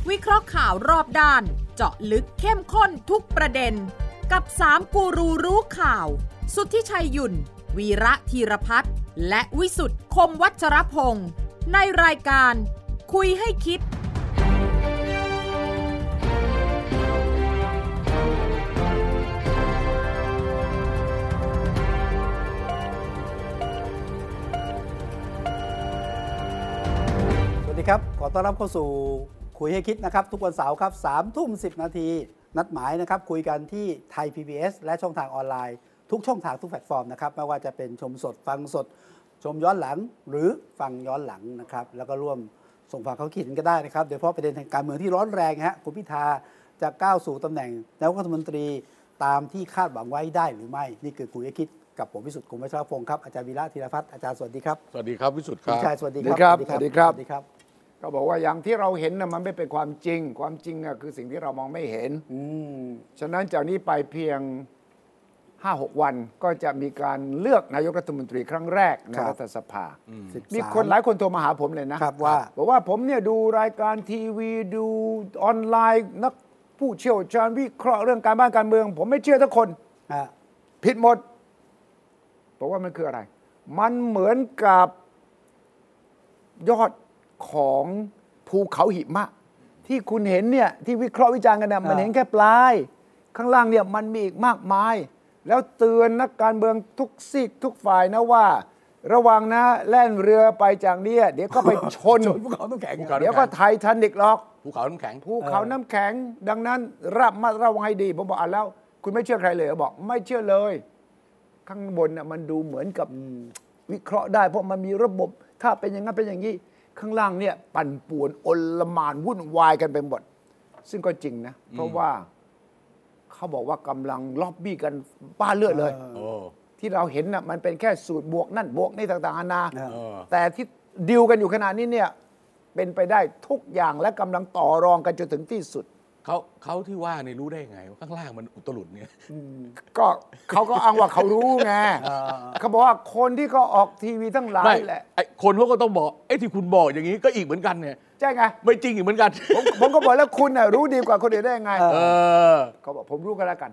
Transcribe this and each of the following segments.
วิเคราะห์ข่าวรอบด้านเจาะลึกเข้มข้นทุกประเด็นกับ3กูรูรู้ข่าวสุทธิชัยหยุ่นวีระธีรพัฒน์และวิสุทธิ์คมวัชรพงศ์ในรายการคุยให้คิดสวัสดีครับขอต้อนรับเข้าสู่คุยให้คิดนะครับทุกวันเสาร์ครับ3:10 นาทีนัดหมายนะครับคุยกันที่ไทย PBS และช่องทางออนไลน์ทุกช่องทางทุกแพลตฟอร์มนะครับไม่ว่าจะเป็นชมสดฟังสดชมย้อนหลังหรือฟังย้อนหลังนะครับแล้วก็ร่วมส่งความคิดเห็นก็ได้นะครับโดยเฉพาะประเด็นทางการเมืองที่ร้อนแรงฮะคุณพิธาจะก้าวสู่ตำแหน่งนายกรัฐมนตรีตามที่คาดหวังไว้ได้หรือไม่นี่คือคุยให้คิดกับผมวิสุทธิ์คมวัชรพงศ์ครับอาจารย์วีระธีรพัฒน์อาจารย์สวัสดีครับสวัสดีครับวิสุทธิ์ครับคุณชายสวัสดีครับสวัสดีครับสวัสดีครับก็บอกว่าอย่างที่เราเห็นนะมันไม่เป็นความจริงความจริงคือสิ่งที่เรามองไม่เห็นฉะนั้นจากนี้ไปเพียง 5-6 วันก็จะมีการเลือกนายกรัฐมนตรีครั้งแรกในรัฐสภามีคนหลายคนโทรมาหาผมเลยนะครับว่าบอกว่าผมเนี่ยดูรายการทีวีดูออนไลน์นักผู้เชี่ยวชาญวิเคราะห์เรื่องการบ้านการเมืองผมไม่เชื่อทุกคนผิดหมดบอกว่ามันคืออะไรมันเหมือนกับยอดของภูเขาหิมะที่คุณเห็นเนี่ยที่วิเคราะห์วิจารณ์กันนะมันเห็นแค่ปลายข้างล่างเนี่ยมันมีอีกมากมายแล้วเตือนนักการเมืองทุกซีกทุกฝ่ายนะว่าระวังนะแล่นเรือไปจากนี้เดี๋ยวก็ไปชนภูเขาน้ำแข็งเดี๋ยวก็ไททานิคหรอกภูเขาน้ำแข็งดังนั้นระวังให้ดีผมบอกแล้วคุณไม่เชื่อใครเลยบอกไม่เชื่อเลยข้างบนน่ะมันดูเหมือนกับวิเคราะห์ได้เพราะมันมีระบบถ้าเป็นอย่างนั้นเป็นอย่างนี้ข้างล่างเนี่ยปั่นป่วนอลหม่านวุ่นวายกันไปหมดซึ่งก็จริงนะเพราะว่าเขาบอกว่ากำลังล็อบบี้กันบ้าเลือดเลยที่เราเห็นน่ะมันเป็นแค่สูตรบวกนั่นบวกนี่ต่างๆนานาแต่ที่ดิวกันอยู่ขนาดนี้เนี่ยเป็นไปได้ทุกอย่างและกำลังต่อรองกันจนถึงที่สุดเขาที่ว่านี่รู้ได้ไงว่าข้างล่างมันอุตลุดเนี่ยก็เขาก็อ้างว่าเขารู้ไงเขาบอกว่าคนที่เขาออกทีวีทั้งหลายแหละไอ้คนเขาก็ต้องบอกไอ้ที่คุณบอกอย่างนี้ก็อีกเหมือนกันเนี่ยใช่ไงไม่จริงอีกเหมือนกันผมก็บอกแล้วคุณน่ะรู้ดีกว่าคนอื่นได้ยังไงเขาบอกผมรู้กันแล้วกัน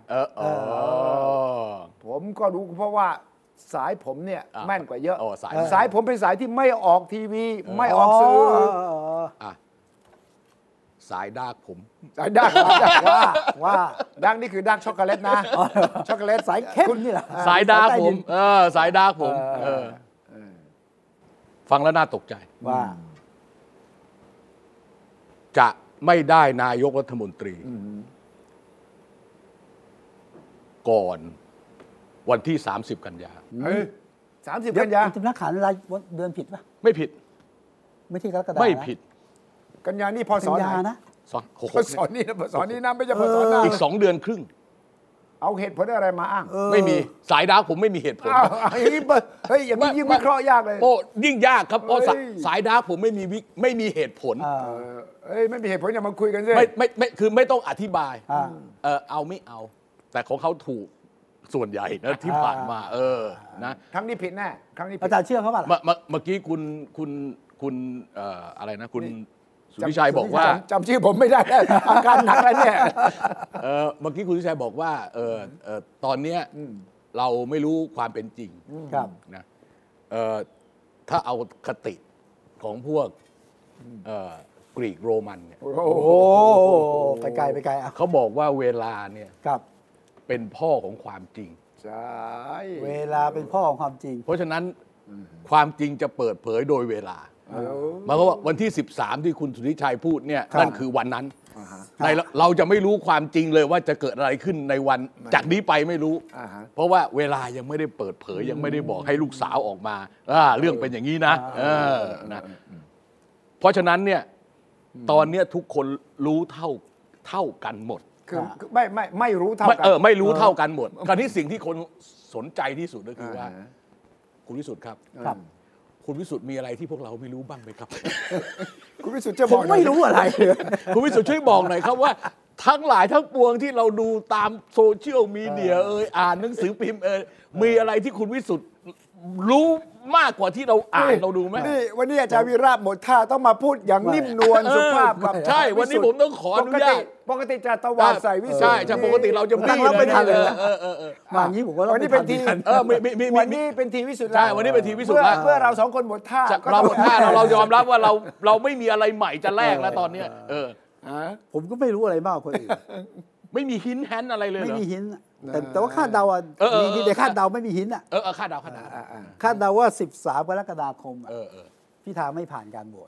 ผมก็รู้เพราะว่าสายผมเนี่ยแม่นกว่าเยอะสายผมเป็นสายที่ไม่ออกทีวีไม่ออกสื่อสายดาร์กผมสายดาร์กว่าดาร์กนี่คือดาร์กช็อกโกแลตนะช็อกโกแลตสายเข้มนี่แหละสายดาร์กผมสายดาร์กผมฟังแล้วน่าตกใจว่าจะไม่ได้นายกรัฐมนตรีก่อนวันที่30 กันยา 30 กันยาคุณนักข่าวรายเดือนผิดป่ะไม่ผิดไม่ที่กรกฎาคมไม่ผิดกันยานี่พศไหนนะพศนี้นะพศนี้นะไม่ใช่พศหน้าอีก2 เดือนครึ่งเอาเหตุผลอะไรมาอ้างไม่มีสายดาร์กผมไม่มีเหตุผลอย่างนี้เฮ้ยอย่างนี้ยิ่งวิเคราะห์ยากเลยโอ้ยิ่งยากครับเพราะสายดาร์กผมไม่มีเหตุผลไม่มีเหตุผลอย่ามาคุยกันสิไม่คือไม่ต้องอธิบายเอาไม่เอาแต่ของเขาถูกส่วนใหญ่นะที่ผ่านมานะครั้งนี้ผิดแน่ครั้งนี้อาจารย์เชื่อเขาป่ะเมื่อกี้คุณอะไรนะคุณสุทธิชัยบอกว่าจำชื่อผมไม่ได้อาการหนักแล้วเนี่ยเมื่อกี้คุณสุทธิชัยบอกว่าตอนนี้เราไม่รู้ความเป็นจริงนะถ้าเอาคติของพวกกรีกโรมันเนี่ยโอ้ไปไกลเขาบอกว่าเวลาเนี่ยเป็นพ่อของความจริงใช่เวลาเป็นพ่อของความจริงเพราะฉะนั้นความจริงจะเปิดเผยโดยเวลาหมายความว่าวันที่13ที่คุณสุทธิชัยพูดเนี่ยนั่นคือวันนั้นเราจะไม่รู้ความจริงเลยว่าจะเกิดอะไรขึ้นในวันจากนี้ไปไม่รู้เพราะว่าเวลายังไม่ได้เปิดเผยยังไม่ได้บอกให้ลูกสาวออกมาเรื่องเป็นอย่างนี้นะเพราะฉะนั้นเนี่ยตอนนี้ทุกคนรู้เท่ากันหมดคือไม่รู้เท่ากันไม่รู้เท่ากันหมดคราวนี้สิ่งที่คนสนใจที่สุดก็คือว่าคุณวิสุทธิ์ครับคุณวิสุทธิ์มีอะไรที่พวกเราไม่รู้บ้างไหมครับคุณวิสุทธิ์จะบอกไม่รู้อะไรคุณวิสุทธิ์ช่วยบอกหน่อยครับว่าทั้งหลายทั้งปวงที่เราดูตามโซเชียลมีเดียอ่านหนังสือพิมพ์มีอะไรที่คุณวิสุทธิ์รู้มากกว่าที่เราอ่านเราดูไหมนี่วันนี้อาจารย์วีระหมดท่าต้องมาพูดอย่างนิ่มนวลสุภาพกับใช่วันนี้ผมต้องขออนุญาตปกติจะตวาดใส่วิสุทธิ์ใช่ปกติเราจะตั้งรับไม่ทันเลยมาอย่างนี้ผมก็รับวันนี้ไม่เป็นทันทีมีวันนี้เป็นทีวิสุทธิ์ใช่วันนี้เป็นทีวิสุทธิ์แล้วเพื่อเราสองคนหมดท่าเราหมดท่าเรายอมรับว่าเราไม่มีอะไรใหม่จะแลกแล้วตอนเนี้ยผมก็ไม่รู้อะไรมากกว่าคนอื่นไม่มีหินแฮนอะไรเลยเหรอไม่มีหินแต่ว่าคาดเดาอ่ะมีแต่คาดเดาไม่มีหินอ่ะคาดเดาคาดเดาว่า13 กรกฎาคมพิธาไม่ผ่านการโหวต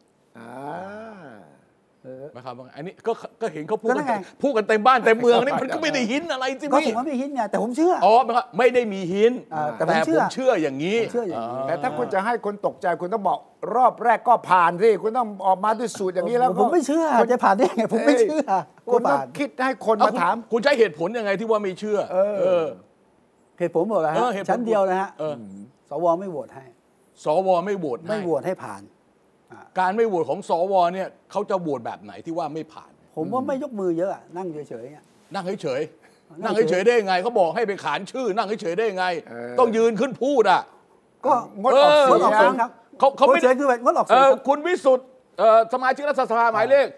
หมายความว่าอันนี้ก็เห็นเขาพูดก็นั่นไงพูดกันเต็มบ้านเต็มเมืองนี่มันก็ไม่ได้หินอะไรสิก็พี่ผมว่าไม่หินไงแต่ผมเชื่อไม่ได้มีหินแต่ผมแต่เชื่ผอมเชื่ออย่างนี้เชื่ออย่างนี้แต่ถ้าคุณจะให้คนตกใจคุณต้องบอกรอบแรกก็ผ่านสิคุณต้องออกมาด้วยสูตรอย่างนี้แล้วผมไม่เชื่อจะผ่านได้ไงผมไม่เชื่อคุณต้อผ่าง นคิดให้คนมาถามคุณใช้เหตุผลยังไงที่ว่าไม่เชื่อเหตุผลหมดแล้วฮะเหตุผลชั้นเดียวนะฮะสวไม่โหวตให้สวไม่โหวตไม่โหวตให้ผ่านการไม่โหวตของสวเนี่ยเขาจะโหวตแบบไหนที่ว่าไม่ผ่านผมว่าไม่ยกมือเยอะอะนั่งเฉยๆนั่งเฉยๆนั่งเฉยๆได้ยังไงเขาบอกให้ไปขานชื่อ นั่งเฉยๆได้ยังไง ต้องยืนขึ้นพูดอ่ะก็งดออกเสียงครับเขาไม่เสียงคือแบบงดออกเสียงครับคุณวิสุทธ์สมาชิกรัฐสภาหมายเลข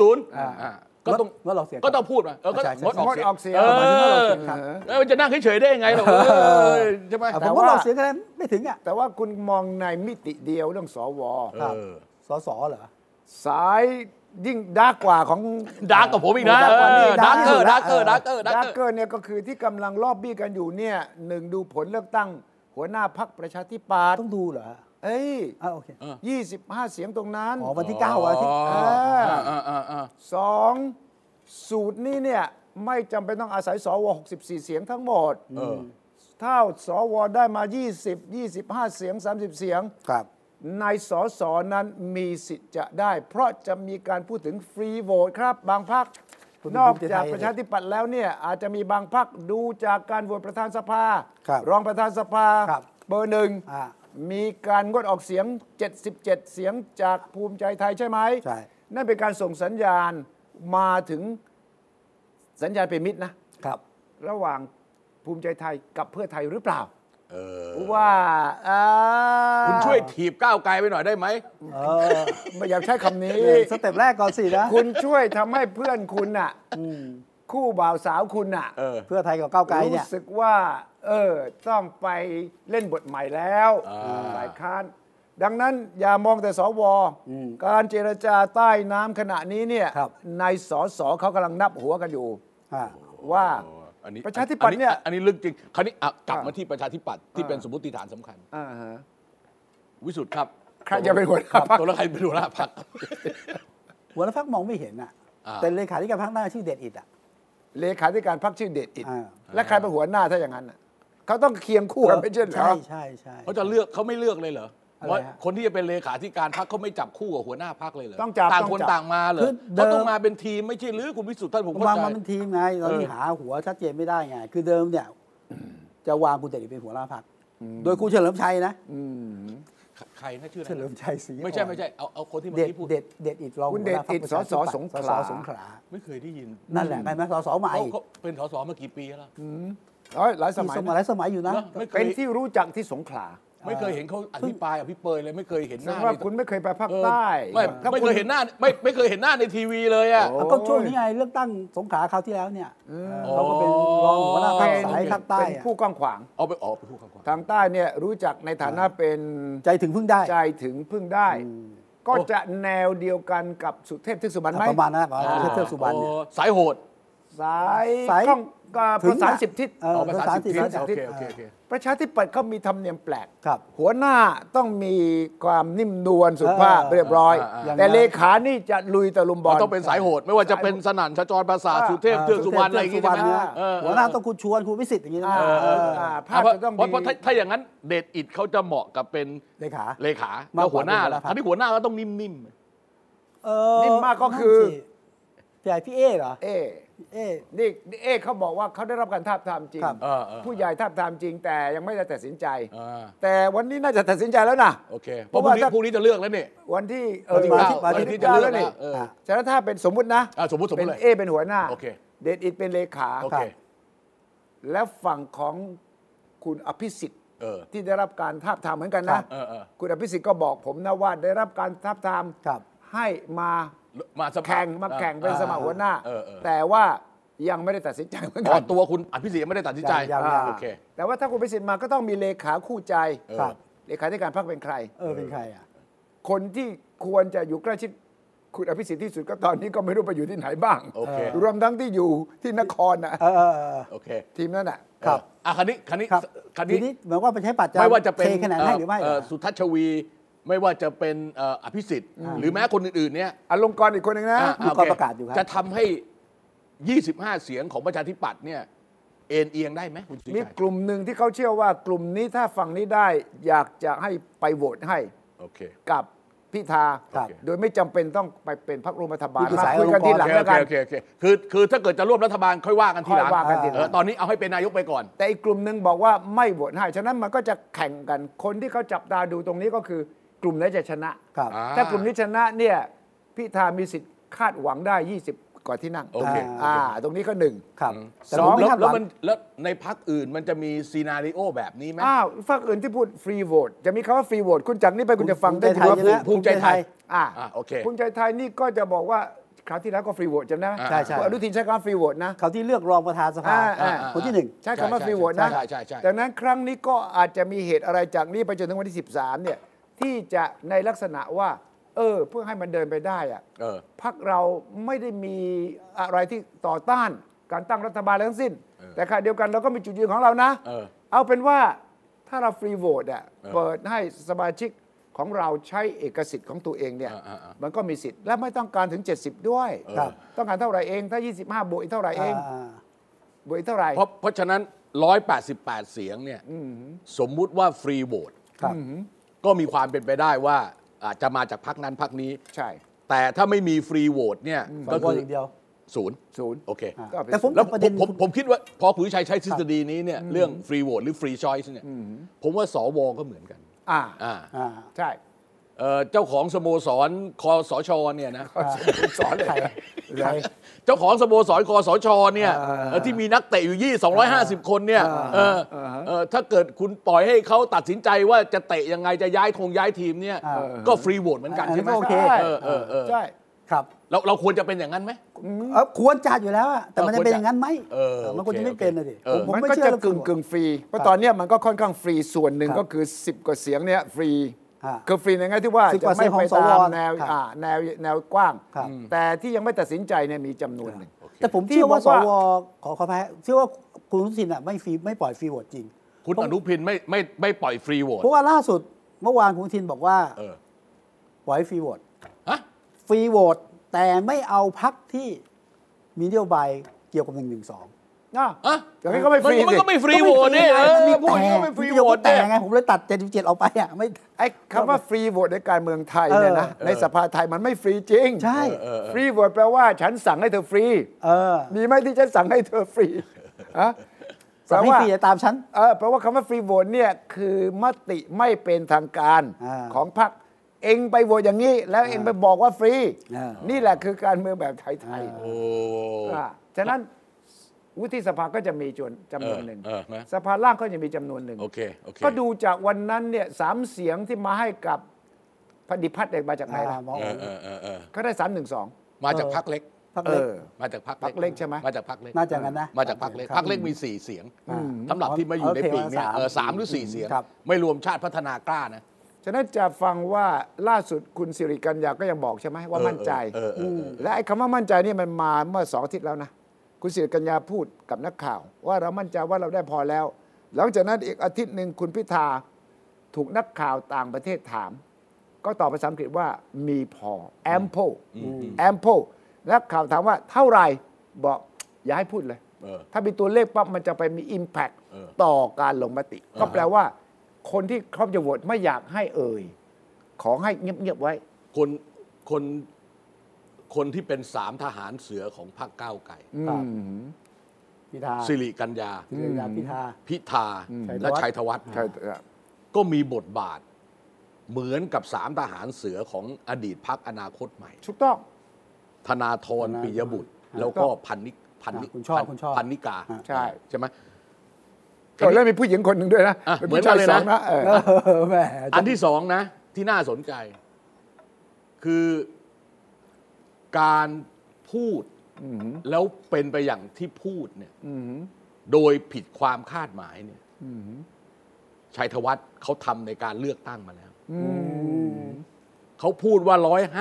000ก็ต้องงดออกเสียงก็ต้องพูดมาก็ใช่งดออกงดเสียงออกเสียงแล้วมันจะนั่งเฉยๆได้ยังไงหรอใช่ไหมผมงดออกเสียงกันไม่ถึงอ่ะแต่ว่าคุณมองในมิติเดียวเรื่องสวสเหรอสายยิ่งดาร์กกว่าของดาร์กกับผมอีกนะดาร์กเกอร์เนี่ยก็คือที่กำลังลอบบี้กันอยู่เนี่ยหนึ่งดูผลเลือกตั้งหัวหน้าพรรคประชาธิปัตย์ต้องดูเหรอ โอเค 25 เสียงตรงนั้นวันที่9วันที่สองสูตรนี้เนี่ยไม่จำเป็นต้องอาศัยสว64 เสียงทั้งหมดถ้าสวได้มา20 25 เสียง30 เสียงครับในสสนั้นมีสิทธิ์จะได้ เพราะจะมีการพูดถึงฟรีโหวตครับบางพรรคนอกจากประชาธิปัตย์แล้วเนี่ยอาจจะมีบางพรรคดูจากการโหวตประธานสภารองประธานสภาเบอร์หนึ่งมีการงดออกเสียง77 เสียงจากภูมิใจไทยใช่ไหมใช่นั่นเป็นการส่งสัญญาณมาถึงสัญญาณเป็นมิตรนะครับระหว่างภูมิใจไทยกับเพื่อไทยหรือเปล่าว่าคุณช่วยถีบก้าวไกลไปหน่อยได้ไหมไม่อยากใช้คำนี้สเต็ปแรกก่อนสินะคุณช่วยทำให้เพื่อนคุณน่ะคู่บ่าวสาวคุณน่ะเพื่อไทยกับก้าวไกลเนี่ยรู้สึกว่าต้องไปเล่นบทใหม่แล้วฝ่ายค้านดังนั้นอย่ามองแต่สวการเจรจาใต้น้ำขณะนี้เนี่ยในสสเขากำลังนับหัวกันอยู่ว่าประชาธิปัตย์เนี่ยอันนี้ลึกจริงคราวนี้กลับมาที่ประชาธิปัตย์ที่เป็นสมมติฐานสำคัญวิสุทธ์ครับใครจะเป็นหัวหน้าพรรคตัวละใครเป็นหัวหน้าพรรคหัวหน้าพรรคมองไม่เห็นอ่ะแต่เลขาธิการพรรคหน้าชื่อเดชอิฐอ่ะเลขาธิการพรรคชื่อเดชอิฐและใครเป็นหัวหน้าถ้าอย่างนั้นเขาต้องเคียงคู่กันไม่ใช่เหรอใช่เขาจะเลือกเขาไม่เลือกเลยเหรอว่าคนที่จะเป็นเลขาธิการพรรคเขาไม่จับคู่กับหัวหน้าพรรคเลยเหรอต้องจับต่างคนต่างมาเหรอเขาต้องมาเป็นทีมไม่ใช่หรือคุณวิสุทธิ์ท่านผมเข้าใจมาเป็นทีมไงตอนนี้หาหัวชัดเจนไม่ได้ไงคือเดิมเนี่ยจะวางคุณเดชอิฐเป็นหัวหน้าพรรคโดยคุณเฉลิมชัยนะใครนะชื่อเฉลิมชัยศรีไม่ใช่เอาคนที่เมื่อกี้พูดเดชอิฐรองคุณเดชอิฐสสสงขลาไม่เคยได้ยินนั่นแหละไหมสสใหม่เขาเป็นสสมากี่ปีแล้วหลายสมัยอยู่นะเป็นที่รู้จักที่สงขลาไม่เคยเห็นเขาอภิปรายอภิเปรยเลยไม่เคยเห็นหน้าว่าคุณไม่เคยไปภาคใต้ไม่เคยเห็นหน้าไม่เคยเห็นหน้าในทีวีเลยอ่ะก็ช่วงนี้ไงเลือกตั้งสงขลาคราวที่แล้วเนี่ยเขาก็เป็นรองหัวหน้าพรรคสายภาคใต้เป็นผู้กว้างขวางเป็นผู้กว้างขวางทางใต้เนี่ยรู้จักในฐานะเป็นใจถึงพึ่งได้ก็จะแนวเดียวกันกับสุเทพเทือกสุบรรณไหมประมาณนั้นสุเทพเทือกสุบรรณสายโหดสายข้องประสาน10 ทิศประสาน10 ทิศโอเคประชาธิปัตย์เขามีธรรมเนียมแปลกหัวหน้าต้องมีความนิ่มนวลสุภาพเรียบร้อยแต่เลขานี่จะลุยตะลุมบอลต้องเป็นสายโหดไม่ว่าจะเป็นสนั่นชจรประสาทสุเทพเทือกสุบรรณอะไรอย่างงี้ใช่ไหมหัวหน้าต้องคุณชวนคุณวิสิทธิ์อย่างงี้นะเพราะถ้าอย่างนั้นเดชอิฐเขาจะเหมาะกับเป็นเลขาแล้วหัวหน้าล่ะอันนี้หัวหน้าก็ต้องนิ่มนิ่มมากก็คือพี่เอเหรอนี่เขาบอกว่าเขาได้รับการทาบทามจริงผู้ใหญ่ทาบทามจริงแต่ยังไม่ได้ตัดสินใจแต่วันนี้น่าจะตัดสินใจแล้วนะโอเคเพราะพรุ่งนี้จะเลือกแล้วนี่วันที่วันที่จะเลือกแล้วฉะนั้นถ้าเป็นสมมุตินะเป็นเอเป็นหัวหน้าเดชอิฐเป็นเลขาแล้วฝั่งของคุณอภิสิทธิ์ที่ได้รับการทาบทามเหมือนกันครันะบคุณอภิสิทธิ์ก็บอกผมนะว่าได้รับการทาบทามครับให้มาแข่งแข่งเป็นสมัครหัวหน้าเออแต่ว่ายังไม่ได้ตัดสินใจเหมือนอ๋กัอน ตัวคุณอภิสิทธิ์ยังไม่ได้ตัดสินใจยังโอเคแต่ว่าถ้าคุณอภิสิทธิ์มาก็ต้องมีเลขาคู่ใจครับเลขาธิการพรรคเป็นใครเป็นใครอ่ะคนที่ควรจะอยู่ใกล้ชิดคุณอภิสิทธิ์ที่สุดก็ตอนนี้ก็ไม่รู้ไปอยู่ที่ไหนบ้างโอเครวมทั้งที่อยู่ที่นครนะโอเคทีมนั้นน่ะครับคันนี้ครับทีนี้เหมือนว่าไปใช้ปัจจัยไม่ว่าจะเป็นเทคะแนนให้หรือไม่สุทัศน์ชวี ไม่ว่าจะเป็นอภิสิทธิ์ หรือแม้คนอื่นๆเนี่ยอลงกรณ์อีกคนหนึ่งนะมีข้อประกาศอยู่ครับจะทำให้ 25 เสียงของประชาธิปัตย์เนี่ยเอ็นเอียงได้ไหมคุณสุมีชัยกลุ่มหนึ่งที่เขาเชื่อว่ากลุ่มนี้ถ้าฝั่งนี้ได้อยากจะให้ไปโหวตให้โอเคกับพิธาครับโดยไม่จำเป็นต้องไปเป็นพรรคร่วมรัฐบาลนี่คือมาสายคุยกันทีหลังแล้วกันโอเคคือถ้าเกิดจะร่วมรัฐบาลค่อยว่ากันทีหลังค่อยว่ากันทีหลังตอนนี้เอาให้เป็นนายกไปก่อนแต่อีกกลุ่มหนึ่งบอกว่าไม่โหวตให้ฉะนั้นมันก็จะแข่งกันคนที่เขาจับตาดูตรงนี้ก็คือกลุ่มไหนจะชนะครับถ้ากลุ่มนี้ชนะเนี่ยพิธามีสิทธิ์คาดหวังได้ 20 กว่าที่นั่งโอเคตรงนี้ก็หนึ่งครับแต่สผอมงไม่คาดหแล้ววังมันแล้วในพรรคอื่นมันจะมีซีนาริโอแบบนี้ไหมฝั่งอื่นที่พูดฟรีโหวตจะมีคำว่าฟรีโหวตคุณจากนี้ไปคุณจะฟังได้ภูมิใจไทยว่าใช่ไหมภูมิใจไทย โอเคภูมิใจไทยนี่ก็จะบอกว่าคราวที่แล้วก็ฟรีโหวตจำได้ไหมใช่ใช่คุณอนุทินใช้คำว่าฟรีโหวตนะเขาที่เลือกรองประธานสภา คนที่หนึ่งใช้คำว่าฟรีโหวตนะใช่ดังนั้นครั้งนี้ก็อาจจะมีเหตุอะไรจากนี้ไปจนถึงวันที่ 13 เนี่ยที่จะในลักษณะว่าเพื่อให้มันเดินไปได้อะ พรรคเราไม่ได้มีอะไรที่ต่อต้านการตั้งรัฐบาลอะไรทั้งสิ้น แต่ขณะเดียวกันเราก็มีจุดยืนของเรานะ เอาเป็นว่าถ้าเราฟรีโหวตเปิดให้สมาชิกของเราใช้เอกสิทธิ์ของตัวเองเนี่ยมันก็มีสิทธิ์และไม่ต้องการถึง 70 ด้วยครับต้องการเท่าไหร่เองถ้า 25 บวกอีกเท่าไหร่เองบวกอีกเท่าไหร่เพราะฉะนั้น 188 เสียงเนี่ยสมมุติว่าฟรีโหวตครับก็มีความเป็นไปได้ว่าอาจจะมาจากพรรคนั้นพรรคนี้ใช่แต่ถ้าไม่มีฟรีโหวตเนี่ยก็ก็คืคืออย่างเดียวศูนย์ศูนย์โอเคก็เป็นแต่ผมแล้วประเด็นผมคิดว่าพอคุณวิชัยใช้ทฤษฎีนี้เนี่ยเรื่องฟรีโหวตหรือฟรีชอยส์เนี่ยผมว่าสวก็เหมือนกันอ่าอ่าใช่เจ้าของสโมสรคสชเนี่ยนะสอนเลยใครเจ้าของสโมสรคสชเนี่ยที่มีนักเตะอยู่250 คนเนี่ยถ้าเกิดคุณปล่อยให้เขาตัดสินใจว่าจะเตะยังไงจะย้ายทีมเนี่ยก็ฟรีโหวตเหมือนกันใช่ไหมอันนี้ก็โอเคใช่ครับเราควรจะเป็นอย่างนั้นไหมควรจัดอยู่แล้วอะแต่มันจะเป็นอย่างนั้นไหม มันควรจะไม่โอเคเป็นนะดิผมมันไม่ก็เชื่อจะเรื่องกึ่งฟรี เพราะตอนเนี้ยมันก็ค่อนข้างฟรีส่วนหนึ่งครับก็คือ 10 กว่าเสียงเนี่ยฟรีอ่าคือฟรีในแง่ที่ว่า 10 กจะว่าเสีไม่ยงของไปตามสวแนวครับแนวกว้างครับแต่ที่ยังไม่ตัดสินใจเนี่ยมีจำนวนหนึ่งแต่ผมเชื่อว่าที่สบอกวว่าขอแพ้เชื่อว่าคุณอนุทินอ่ะไม่ปล่อยฟรีโหวตจริงคุณอนุทินไม่ปล่อยฟรีโหวตเพราะว่าล่าสุดเมื่อวานคุณอนุทินบอกว่าเออปล่อยฟรีโหวตฮะฟรีโหวตแต่ไม่เอาพรรคที่มีนโยบายเกี่ยวกับ112 อะอย่างนี้ก็ไม่ฟรีมันสิก็ไม่ฟรีโหวตเนี่ยมันมีพวกนี้ก็ไม่ฟรีโหวตแต่เนี่ยไงผมเลยตัด77ออกไปอ่ะไม่ไอ้คำว่าฟรีโหวตในการเมืองไทยเนี่ยนะในสภาไทยมันไม่ฟรีจริงใช่ฟรีโหวตแปลว่าฉันสั่งให้เธอฟรี มีไหมที่ฉันสั่งให้เธอฟรีฮะสั่งให้ฟรีตามฉันแปลว่าคำว่าฟรีโหวตเนี่ยคือมติไม่เป็นทางการ ของพรรคเองไปโหวตอย่างนี้ แล้วเองไปบอกว่าฟรี นี่แหละคือการเมืองแบบไทยโอ้ๆฉะนั้นวุฒิสภาก็จะมีจำนวนหนึ่งนะสภาล่างก็จะมีจำนวนหนึ่งโอเคก็ดูจากวันนั้นเนี่ย3 เสียงที่มาให้กับพดิพัฒน์เด็กมาจากไหนล่ะ ก็ได้312 มาจากพรรคเล็กพรรคเล็กมาจากพรรคพรรคเล็กใช่ไหมมาจากพรรคเล็กน่าจะงั้นนะมาจากพรรคเล็กครับพรรคเล็กมี4 เสียงสำหรับที่มาอยู่ในปีกเนี่ยโอเค 3 หรือ 4 เสียงครับไม่รวมชาติพัฒนากล้านะฉะนั้นจะฟังว่าล่าสุดคุณสิริกัญญาก็ยังบอกใช่ไหมว่ามั่นใจ และไอ้คำว่ามั่นใจนี่มันมาเมื่อ2 อาทิตย์แล้วนะคุณสิริกัญญาพูดกับนักข่าว ว่าเรามั่นใจว่าเราได้พอแล้ว หลังจากนั้นอีกอาทิตย์หนึ่งคุณพิธาถูกนักข่าวต่างประเทศถาม ก็ตอบภาษาอังกฤษว่ามีพอ ample นักข่าวถามว่าเท่าไหร่บอกอย่าให้พูดเลย ถ้ามีตัวเลขปั๊บมันจะไปมี impact ต่อการลงมติ ก็แปลว่าคนที่ครอบจะโหวตไม่อยากให้ขอให้เงียบๆไว้คนที่เป็น3 ทหารเสือของพรรคก้าวไกลพิธาสิริกัญญาพิธาพิธาและชัยธวัฒน์ใช่ก็มีบทบาทเหมือนกับ3 ทหารเสือของอดีตพรรคอนาคตใหม่ถูกต้องธนาธรปิยบุตร แล้วก็พันนิกาคุณชอบพันนิกาใช่ใช่ไหมแล้วมีผู้หญิงคนหนึ่งด้วยนะอ่ะเป็นผู้ชายเหมือนกันเลยสนะองนะแหมอันที่สองนะที่น่าสนใจ คือการพูดแล้วเป็นไปอย่างที่พูดเนี่ยโดยผิดความคาดหมายเนี่ยชัยธวัฒน์เขาทำในการเลือกตั้งมาแล้วเขาพูดว่า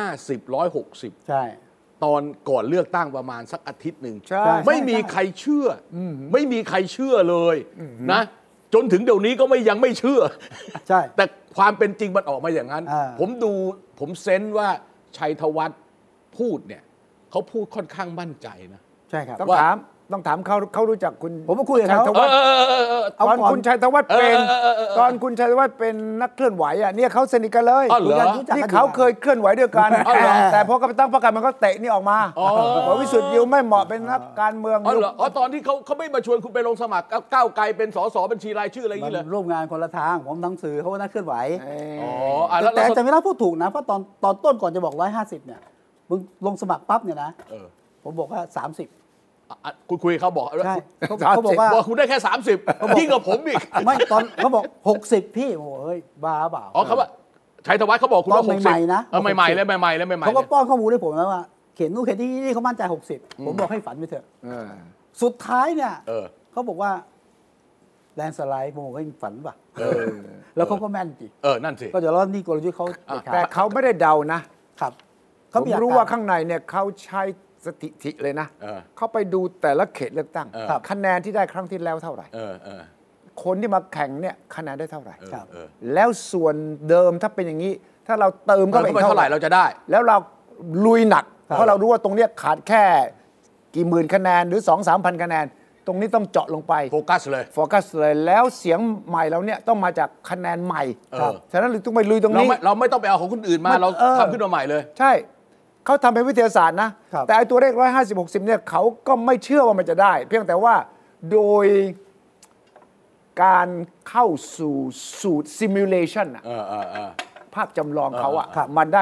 150 160 ใช่ตอนก่อนเลือกตั้งประมาณสักอาทิตย์หนึ่งใช่ไม่มีใครเชื่อไม่มีใครเชื่อเลยนะจนถึงเดี๋ยวนี้ก็ยังไม่เชื่อใช่แต่ความเป็นจริงมันออกมาอย่างนั้นอ่าผมเซนส์ว่าชัยธวัฒน์พูดเนี่ยเขาพูดค่อนข้างมั่นใจนะใช่ครับต้องถามเขารู้จักคุณผมมาคุยกับเขาชัยธวัฒน์เอาตอนก่อนคุณชัยธวัฒน์เป็นตอนคุณชัยธวัฒน์เป็นนักเคลื่อนไหวอ่ะเนี่ยเขาสนิทกันเลยอ๋อเหรอนี่เขาเคยเคลื่อนไหวด้วยกันอ๋อเหรอแต่พอเขาไปตั้งพรรคการเมืองเขาเตะนี่ออกมาบอกวิสุทธิ์ยิวไม่เหมาะเป็นนักการเมืองอ๋อเหรออ๋อตอนที่เขาไม่มาชวนคุณไปลงสมัครก้าวไกลเป็นสสบัญชีรายชื่ออะไรอย่างมันนี้เลยร่วมงานคนละทางผมทั้งสื่อเขาว่านักเคลื่อนไหวอ๋ออ่ะแล้วแต่ไม่ได้พูดถูกนะเพราะตอนต้นก่อนจะบอก150เนี่ยมึงลงสมัครปั๊บเนี่ยนะผมบอกว่า30 คุณคุยเขาบอกใช่เขาบอกว่าคุณได้แค่30ยิ่งกว่าผมอีกไม่ตอนเขาบอก60พี่โอ้เฮ้ยบ้าเปล่าอ๋อเขาว่าชัยธวัฒน์เขาบอกคุณว่าตอนใหม่ๆนะใหม่ๆเลยใหม่ๆเลยใหม่ๆเขาก็ป้อนข้อมูลให้ผมนะว่าเขียนนู่นเขียนนี่เขามั่นใจ60ผมบอกให้ฝันไปเถอะสุดท้ายเนี่ยเขาบอกว่าแลนสไลด์ผมบอกให้ฝันป่ะแล้วเขาก็แม่นจริงนั่นสิก็เดี๋ยวรอบนี้กลยุทธ์เขาแต่เขาไม่ได้เดานะครับผมรู้ว่าข้างในเนี่ยเขาใช้สถิติเลยนะเขาไปดูแต่ละเขตเลือกตั้งคะแนนที่ได้ครั้งที่แล้วเท่าไหร่คนที่มาแข่งเนี่ยคะแนนได้เท่าไหร่แล้วส่วนเดิมถ้าเป็นอย่างนี้ถ้าเราเติมเข้าไปเท่าไหร่เราจะได้แล้วเราลุยหนักเพราะเรารู้ว่าตรงเนี้ยขาดแค่กี่หมื่นคะแนนหรือ 2-3,000 คะแนนตรงนี้ต้องเจาะลงไปโฟกัสเลยแล้วเสียงใหม่เราเนี่ยต้องมาจากคะแนนใหม่ฉะนั้นเราต้องไปลุยตรงนี้เราไม่ต้องไปเอาของคนอื่นมาเราทำขึ้นมาใหม่เลยใช่เขาทำเป็นวิทยาศาสตร์นะแต่ไอ้ตัวเลข150-60เนี่ยเขาก็ไม่เชื่อว่ามันจะได้เพียงแต่ว่าโดยการเข้าสู่สูตรซิมูเลชันภาพจำลองเขาอ่ะมันได้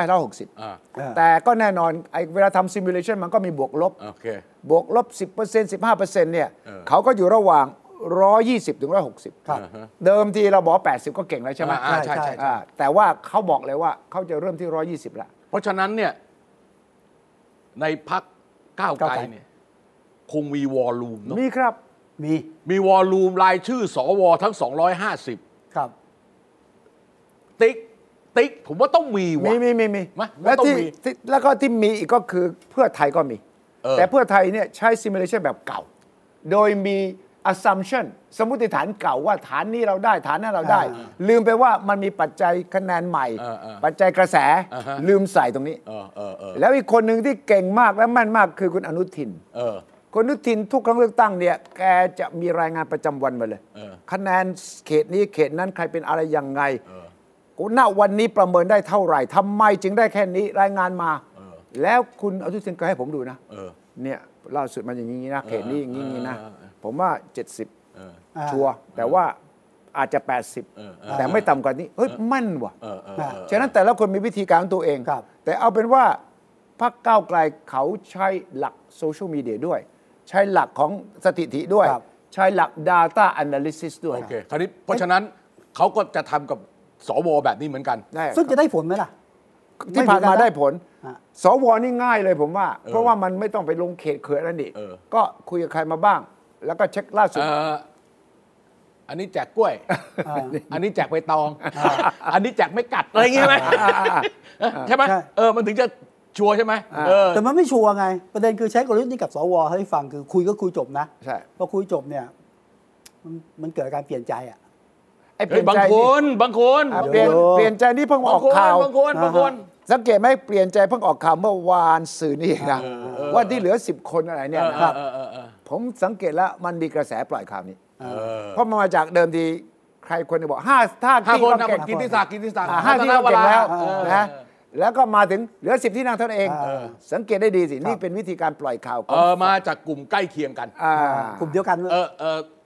160แต่ก็แน่นอนไอ้เวลาทำซิมูเลชันมันก็มีบวกลบบวกลบ 10% 15% เนี่ยเขาก็อยู่ระหว่าง120 ถึง 160เดิมทีเราบอก80ก็เก่งแล้วใช่ไหมใช่แต่ว่าเขาบอกเลยว่าเขาจะเริ่มที่120แล้วเพราะฉะนั้นเนี่ยในพรรคก้าวไกลเนี่ยคงมีวอลลุ่มเนาะมีครับมีวอลลุ่มรายชื่อสวทั้ง250 ครับติ๊กผมว่าต้องมีว่ะมีแล้วก็ที่มีอีกก็คือเพื่อไทยก็มีแต่เพื่อไทยเนี่ยใช้ซิมูเลชันแบบเก่าโดยมี assumption สมมติฐานเก่าว่าฐานนี้เราได้ฐานนั้นเราได้ลืมไปว่ามันมีปัจจัยคะแนนใหม่ปัจจัยกระแสลืมใส่ตรงนี้แล้วอีกคนหนึ่งที่เก่งมากและแม่นมากคือคุณอนุทินคุณอนุทินทุกครั้งเลือกตั้งเนี่ยแกจะมีรายงานประจำวันมาเลยคะแนนเขตนี้เขตนั้นใครเป็นอะไรยังไงณวันนี้ประเมินได้เท่าไหร่ทำไมจึงได้แค่นี้รายงานมาแล้วคุณอนุทินก็ให้ผมดูนะเนี่ยล่าสุดมันอย่างนี้นะเขตนี้อย่างนี้นะผมว่า70ชัวร์แต่ว่าอาจจะ80แต่ไม่ต่ำกว่านี้เฮ้ยมั่นว่ะฉะนั้นแต่ละคนมีวิธีการของตัวเองแต่เอาเป็นว่าพรรคก้าวไกลเขาใช้หลักโซเชียลมีเดียด้วยใช้หลักของสถิติด้วยใช้หลัก Data Analysis ด้วยโอเคคราวนี้เพราะฉะนั้นเขาก็จะทำกับสวแบบนี้เหมือนกันซึ่งจะได้ผลไหมล่ะที่ผ่านมาได้ผลสวนี่ง่ายเลยผมว่าเพราะว่ามันไม่ต้องไปลงเขตเขื่อนนั่นนี่ก็คุยกับใครมาบ้างแล้วก็เช็คล่าสุดอันนี้แจกกล้วยอันนี้แจกใบตองอันนี้แจกไม่กัดอะไรอย่างงี้ไหมใช่ไหมมันถึงจะชัวร์ใช่ไหมแต่มันไม่ชัวร์ไงประเด็นคือใช้กลยุทธ์นี้กับสวให้ฟังคือคุยก็คุยจบนะใช่พอคุยจบเนี่ยมันเกิดการเปลี่ยนใจอ่ะบางคนเปลี่ยนใจนี่เพิ่งออกข่าวบางคนสังเกตไหมเปลี่ยนใจเพิ่งออกข่าวเมื่อวานสื่อนี่นะว่าที่เหลือ10 คนอะไรเนี่ยนะครับผมสังเกตแล้วมันมีกระแสปล่อยข่าวนี้เพราะมันมาจากเดิมทีใครคนจะบอก5 คนกินที่ศักดิ์ 5 ที่เราเก่งแล้วนะแล้วก็มาถึงเหลือ10 ที่นั่งเท่านั้นเองสังเกตได้ดีสินี่เป็นวิธีการปล่อยข่าวมาจากกลุ่มใกล้เคียงกันกลุ่มเดียวกัน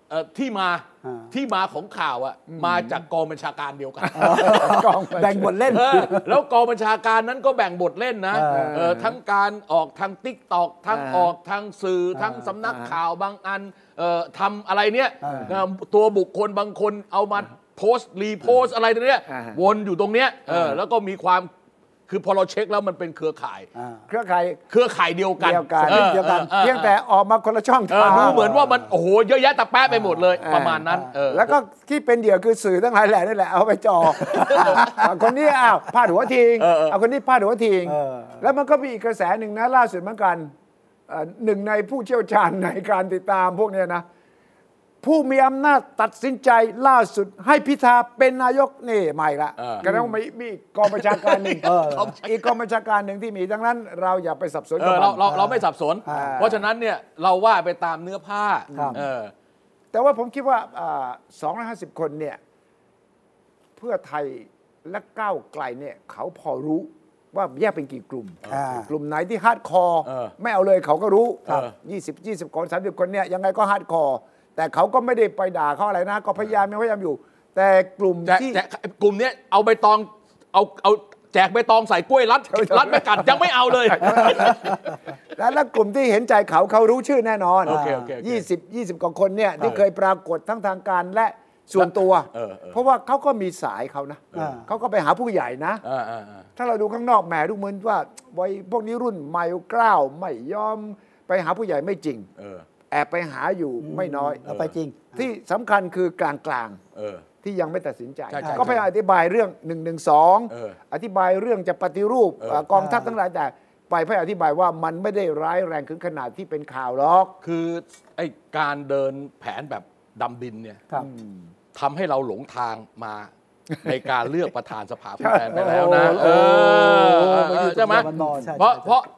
ที่มาของข่าวอ่ะมาจากกองบัญชาการเดียวกันแบ่งบทเล่นแล้วกองบัญชาการนั้นก็แบ่งบทเล่นนะทั้งการออกทางTikTokทั้งออกทางสื่อทั้งสำนักข่าวบางอันทำอะไรเนี่ยตัวบุคคลบางคนเอามาโพสต์รีโพสต์อะไรตรงเนี้ยวนอยู่ตรงเนี้ยแล้วก็มีความคือพอเราเช็คแล้วมันเป็นเครือข่ายเครือข่ายเดียวกันเพียงแต่ออกมาคนละช่องทางดูเหมือนว่ามันโอ้โหเยอะแยะตะแปะไปหมดเลยประมาณนั้นแล้วก็ที่เป็นเดี่ยวคือสื่อทั้งหลายแหล่นี่แหละเอาไปจ่อคนนี้อ้าวพาดหัวทิ้งเอาคนนี้พาดหัวทิ้งแล้วมันก็มีอีกกระแสหนึ่งนะล่าสุดเหมือนกันหนึ่งในผู้เชี่ยวชาญในการติดตามพวกนี้นะผู้มีอำนาจตัดสินใจล่าสุดให้พิธาเป็นนายกนี่ใหม่ละก็ต้องมีกองบัญชาการหนึ่งอีกกองบัญชาการหนึ่งที่มีดังนั้นเราอย่าไปสับสนเราไม่สับสนเพราะฉะนั้นเนี่ยเราว่าไปตามเนื้อผ้าแต่ว่าผมคิดว่า250 คนเนี่ยเพื่อไทยและก้าวไกลเนี่ยเขาพอรู้ว่าแยกเป็นกี่กลุ่มกลุ่มไหนที่ฮาร์ดคอร์ไม่เอาเลยเขาก็รู้20 คน30 คนเนี่ยยังไงก็ฮาร์ดคอร์แต่เขาก็ไม่ได้ไปด่าเขาอะไรนะก็พยายามอยู่แต่กลุ่มที่กลุ่มนี้เอาใบตองเอาแจกใบตองใส่กล้วยรัดไม่กัดยังไม่เอาเลยแล้วกลุ่มที่เห็นใจเขารู้ชื่อแน่นอน20 กว่าคนเนี่ยที่เคยปรากฏทั้งทางการและส่วนตัวเพราะว่าเขาก็มีสายเขานะเขาก็ไปหาผู้ใหญ่นะถ้าเราดูข้างนอกแหมดูเหมือนว่าวัยพวกนี้รุ่นใหม่กล้าวไม่ยอมไปหาผู้ใหญ่ไม่จริงแอบไปหาอยู่ไม่น้อยไปจริงที่สำคัญคือกลางที่ยังไม่ตัดสินใจก็พยายามอธิบายเรื่อง112อธิบายเรื่องจะปฏิรูปกองทัพทั้งหลายแต่ไปพยายามอธิบายว่ามันไม่ได้ร้ายแรงถึงขนาดที่เป็นข่าวหรอกคือไอ้การเดินแผนแบบดำดินเนี่ยทำให้เราหลงทางมาในการเลือกประธานสภาผู้แทนไปแล้วนะใช่ไหมเพราะ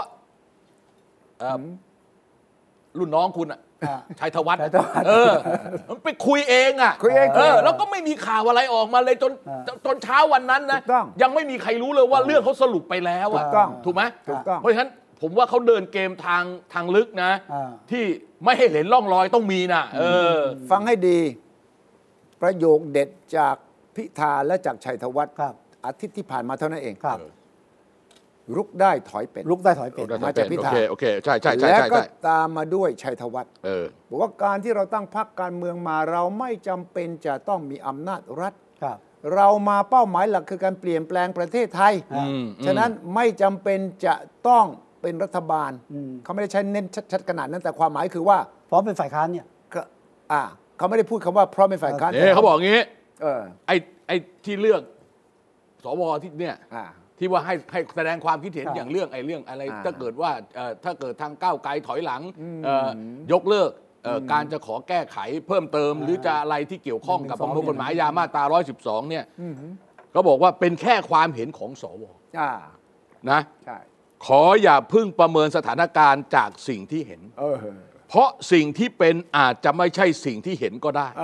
รุ่นน้องคุณอ่ะชัยธวัฒน์มันไปคุยเองอ่ะแล้วก็ไม่มีข่าวอะไรออกมาเลยจนเช้าวันนั้นนะยังไม่มีใครรู้เลยว่าเรื่องเขาสรุปไปแล้วอ่ะถูกไหมเพราะฉะนั้นผมว่าเขาเดินเกมทางลึกนะที่ไม่ให้เห็นร่องรอยต้องมีนะฟังให้ดีประโยคเด็ดจากพิธาและจากชัยธวัฒน์อาทิตย์ที่ผ่านมาเท่านั้นเองลุกได้ถอยเป็นมาจากพิธาโอเคใช่แล้วก็ตามมาด้วยชัยธวัฒน์บอกว่าการที่เราตั้งพรรคการเมืองมาเราไม่จำเป็นจะต้องมีอำนาจรัฐเรามาเป้าหมายหลักคือการเปลี่ยนแปลงประเทศไทยฉะนั้นไม่จำเป็นจะต้องเป็นรัฐบาลเขาไม่ได้ใช้เน้นชัดขนาดนั้นแต่ความหมายคือว่าพร้อมเป็นฝ่ายค้านเนี่ยเขาไม่ได้พูดคำว่าพร้อมเป็นฝ่ายค้านเขาบอกงี้ไอ้ที่เลือกสวที่เนี่ยที่ว่าให้แสดงความคิดเห็นอย่างเรื่องอะไรถ้าเกิดว่าถ้าเกิดทางก้าวไกลถอยหลังยกเลิกการจะขอแก้ไขเพิ่มเติมหรือจะอะไรที่เกี่ยวข้องกับประมวลกฎหมายอาญามาตรา112เนี่ยก็บอกว่าเป็นแค่ความเห็นของสวนะขออย่าพึ่งประเมินสถานการณ์จากสิ่งที่เห็นเพราะสิ่งที่เป็นอาจจะไม่ใช่สิ่งที่เห็นก็ได้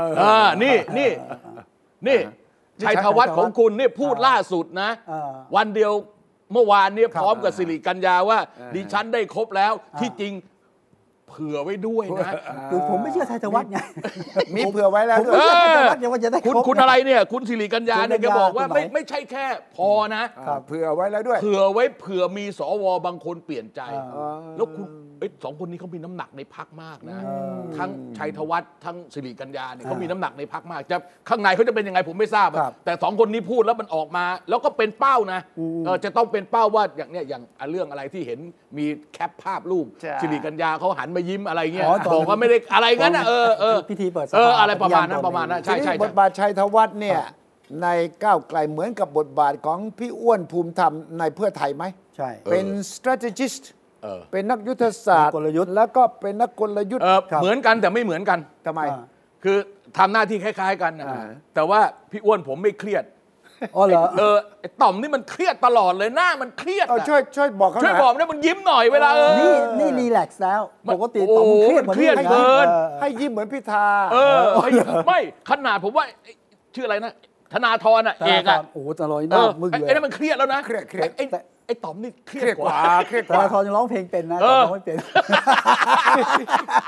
นี่ชัยธวัฒน์ของคุณนี่พูดล่าสุดนะวันเดียวเมื่อวานนี้พร้อมกับสิริกัญญาว่าดิฉันได้ครบแล้วที่จริงเผื่อไว้ด้วยนะผมไม่เชื่อชัยธวัฒน์ไงมีเผื่อไว้แล้วผมไม่เชื่อชัยธวัฒน์ยังว่าจะได้ครบคุณอะไรเนี่ยคุณสิริกัญญาเนี่ยแกบอกว่าไม่ใช่แค่พอนะเผื่อไว้แล้วด้วยเผื่อมีสวบางคนเปลี่ยนใจแล้วคุณสองคนนี้เขามีน้ำหนักในพรรคมากนะทั้งชัยธวัฒน์ทั้งสิริกัญญาเนี่ยเขามีน้ำหนักในพรรคมากจะข้างในเขาจะเป็นยังไงผมไม่ทราบแต่สองคนนี้พูดแล้วมันออกมาแล้วก็เป็นเป้านะจะต้องเป็นเป้าว่าอย่างเนี้ยอย่างเรื่องอะไรที่เห็นมีแคปภาพรูปสิริกัญญาเขาหันมายิ้มอะไรเงี้ยบอกว่าไม่ได้อะไรงั้นนะพิธีเปิดอะไรประมาณนั้นใช่บทบาทชัยธวัฒน์เนี่ยในก้าวไกลเหมือนกับบทบาทของพี่อ้วนภูมิธรรมในเพื่อไทยไหมใช่เป็น strategistเป็นนักยุทธศาสตร์แล้วก็เป็นนักกลยุทธ์เหมือนกันแต่ไม่เหมือนกันทำไมคือทำหน้าที่คล้ายๆกันแต่ว่าพี่อ้วนผมไม่เครียดเหรอไอ้ต่อมนี่มันเครียดตลอดเลยหน้ามันเครียดช่วยบอกเขาหน่อยช่วยบอกนะมันยิ้มหน่อยเวลานี่รีแลกซ์แล้วปกติต่อมเครียดเกินให้ยิ้มเหมือนพิธาไม่ขนาดผมว่าชื่ออะไรนะธนาธรเอกโอ้ตลอดหน้ามึงเลยไอ้นั่นมันเครียดแล้วนะเครียดไอ้ต่อมนี่เครียดกว่าธนาธรยังร้องเพลงเป็นนะแต่ร้องไม่เป็น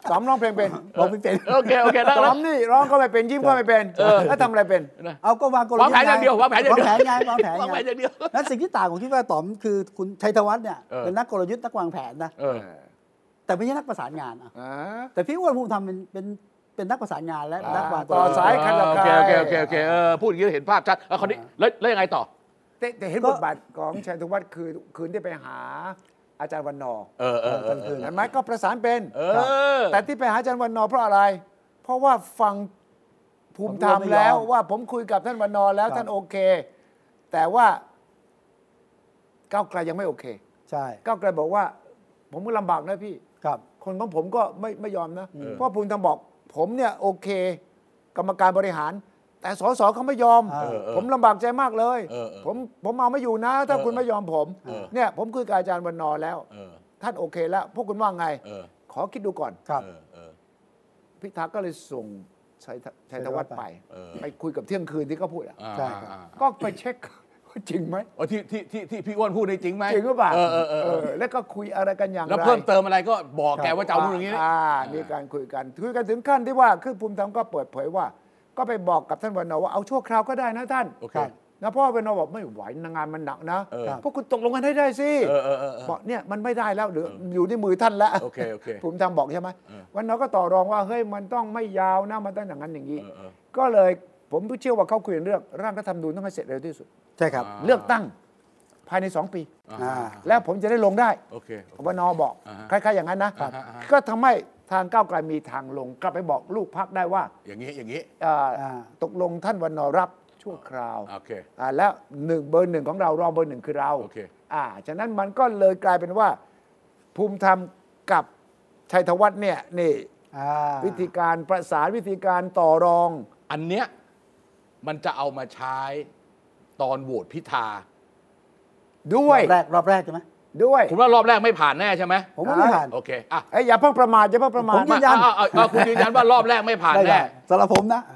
ต๋อมร้องเพลงเป็นร้องไม่เป็นโอเคโอเคได้ต๋อมนี่ร้องก็ไม่เป็นยิ้มก็ไม่เป็นแล้วทำอะไรเป็นเอาก็วางกลยุทธ์วางแผนอย่างเดียววางแผนอย่างเดียววางแผนวางแผนอย่างเดียวนั้นสิ่งที่ต่างผมคิดว่าต๋อมคือคุณชัยธวัฒน์เนี่ยเออเป็นนักกลยุทธ์นักวางแผนนะแต่ไม่ใช่นักประสานงานอะแต่พี่อ้วนภูมิธรรมเป็นนักประสานงานและนักวางกลต่อยุทธ์สายคันละโอคาเคพูดอย่างนี้เห็นภาพชัดคนนี้แล้วยังไงต่อแต่เห็นบทบาทของชัยธวัฒน์คือคืนที่ไปหาอาจารย์วันนอร์เห็นไหมก็ประสานเป็นแต่ที่ไปหาอาจารย์วันนอร์เพราะอะไร เพราะว่าฟังภูมิธรรมแล้วว่าผมคุยกับท่านวันนอร์แล้วท่านโอเค แต่ว่าก้าวไกลยังไม่โอเคใช่ก้าวไกลบอกว่าผมก็ลำบากนะพี่ครับคนของผมก็ไม่ยอมนะ เพราะภูมิธรรมบอกผมเนี่ยโอเค กรรมการบริหาร แต่สสเขาไม่ยอม ผมลำบากใจมากเลย ผมเอาไม่อยู่นะ ถ้าคุณไม่ยอมผมเนี่ยผมคุยกับอาจารย์วันนอร์แล้วท่านโอเคแล้วพวกคุณว่าไงขอคิดดูก่อนครับพิทักษ์ก็เลยส่งชัยธวัฒน์ไปคุยกับเที่ยงคืนที่เขาพูดอ่ะใช่ครับก็ไปเช็คว่าจริงไหมที่พี่อ้วนพูดในจริงไหมจริงหรือเปล่าแล้วก็คุยอะไรกันอย่างไรแล้วเพิ่มเติมอะไรก็บอกแกว่าจะเอานู่นอย่างนี้มีการคุยกันถึงขั้นที่ว่าคือภูมิธรรมก็เปิดเผยว่า ก็ไปบอกกับท่านวันนอร์ว่าเอาชั่วคราวก็ได้นะท่านโอเคนะเพราะว่าวันนอร์บอกไม่ไหวงานมันหนักนะพวกคุณตกลงกันให้ได้สิบอกเนี่ยมันไม่ได้แล้วหรืออยู่ในมือท่านแล้วโอเคภูมิธรรมบอกใช่ไหมวันนอร์ก็ต่อรองว่าเฮ้ยมันต้องไม่ยาวนะมันต้องอย่างนั้นอย่างนี้ก็เลยผมเชื่อว่าเขาคุยเรื่องร่างรัฐธรรมนูญต้องให้เสร็จเร็วที่สุดใช่ครับเลือกตั้งภายใน2 ปีแล้วผมจะได้ลงได้วนนอบอกคล้ายๆอย่างนั้นนะก็ทำให้ทางก้าวไกลมีทางลงกลับไปบอกลูกพรรคได้ว่าอย่างนี้ตกลงท่านวนนอรับชั่วคราวแล้วเบอร์ 1ของเรารองเบอร์ 1คือเราฉะนั้นมันก็เลยกลายเป็นว่าภูมิธรรมกับชัยธวัฒน์เนี่ยนี่วิธีการประสานวิธีการต่อรองอันเนี้ยมันจะเอามาใช้ตอนโหวตพิธาด้วยรอบแรกใช่ไหมด้วยคุณว่ารอบแรกไม่ผ่านแน่ใช่ไหมผมว่าไม่ผ่านโอเคอย่าเพิ่งประมาทผมยืนยันคุณยืนยันว่ารอบแรกไม่ผ่านแน่สำหรับผมนะ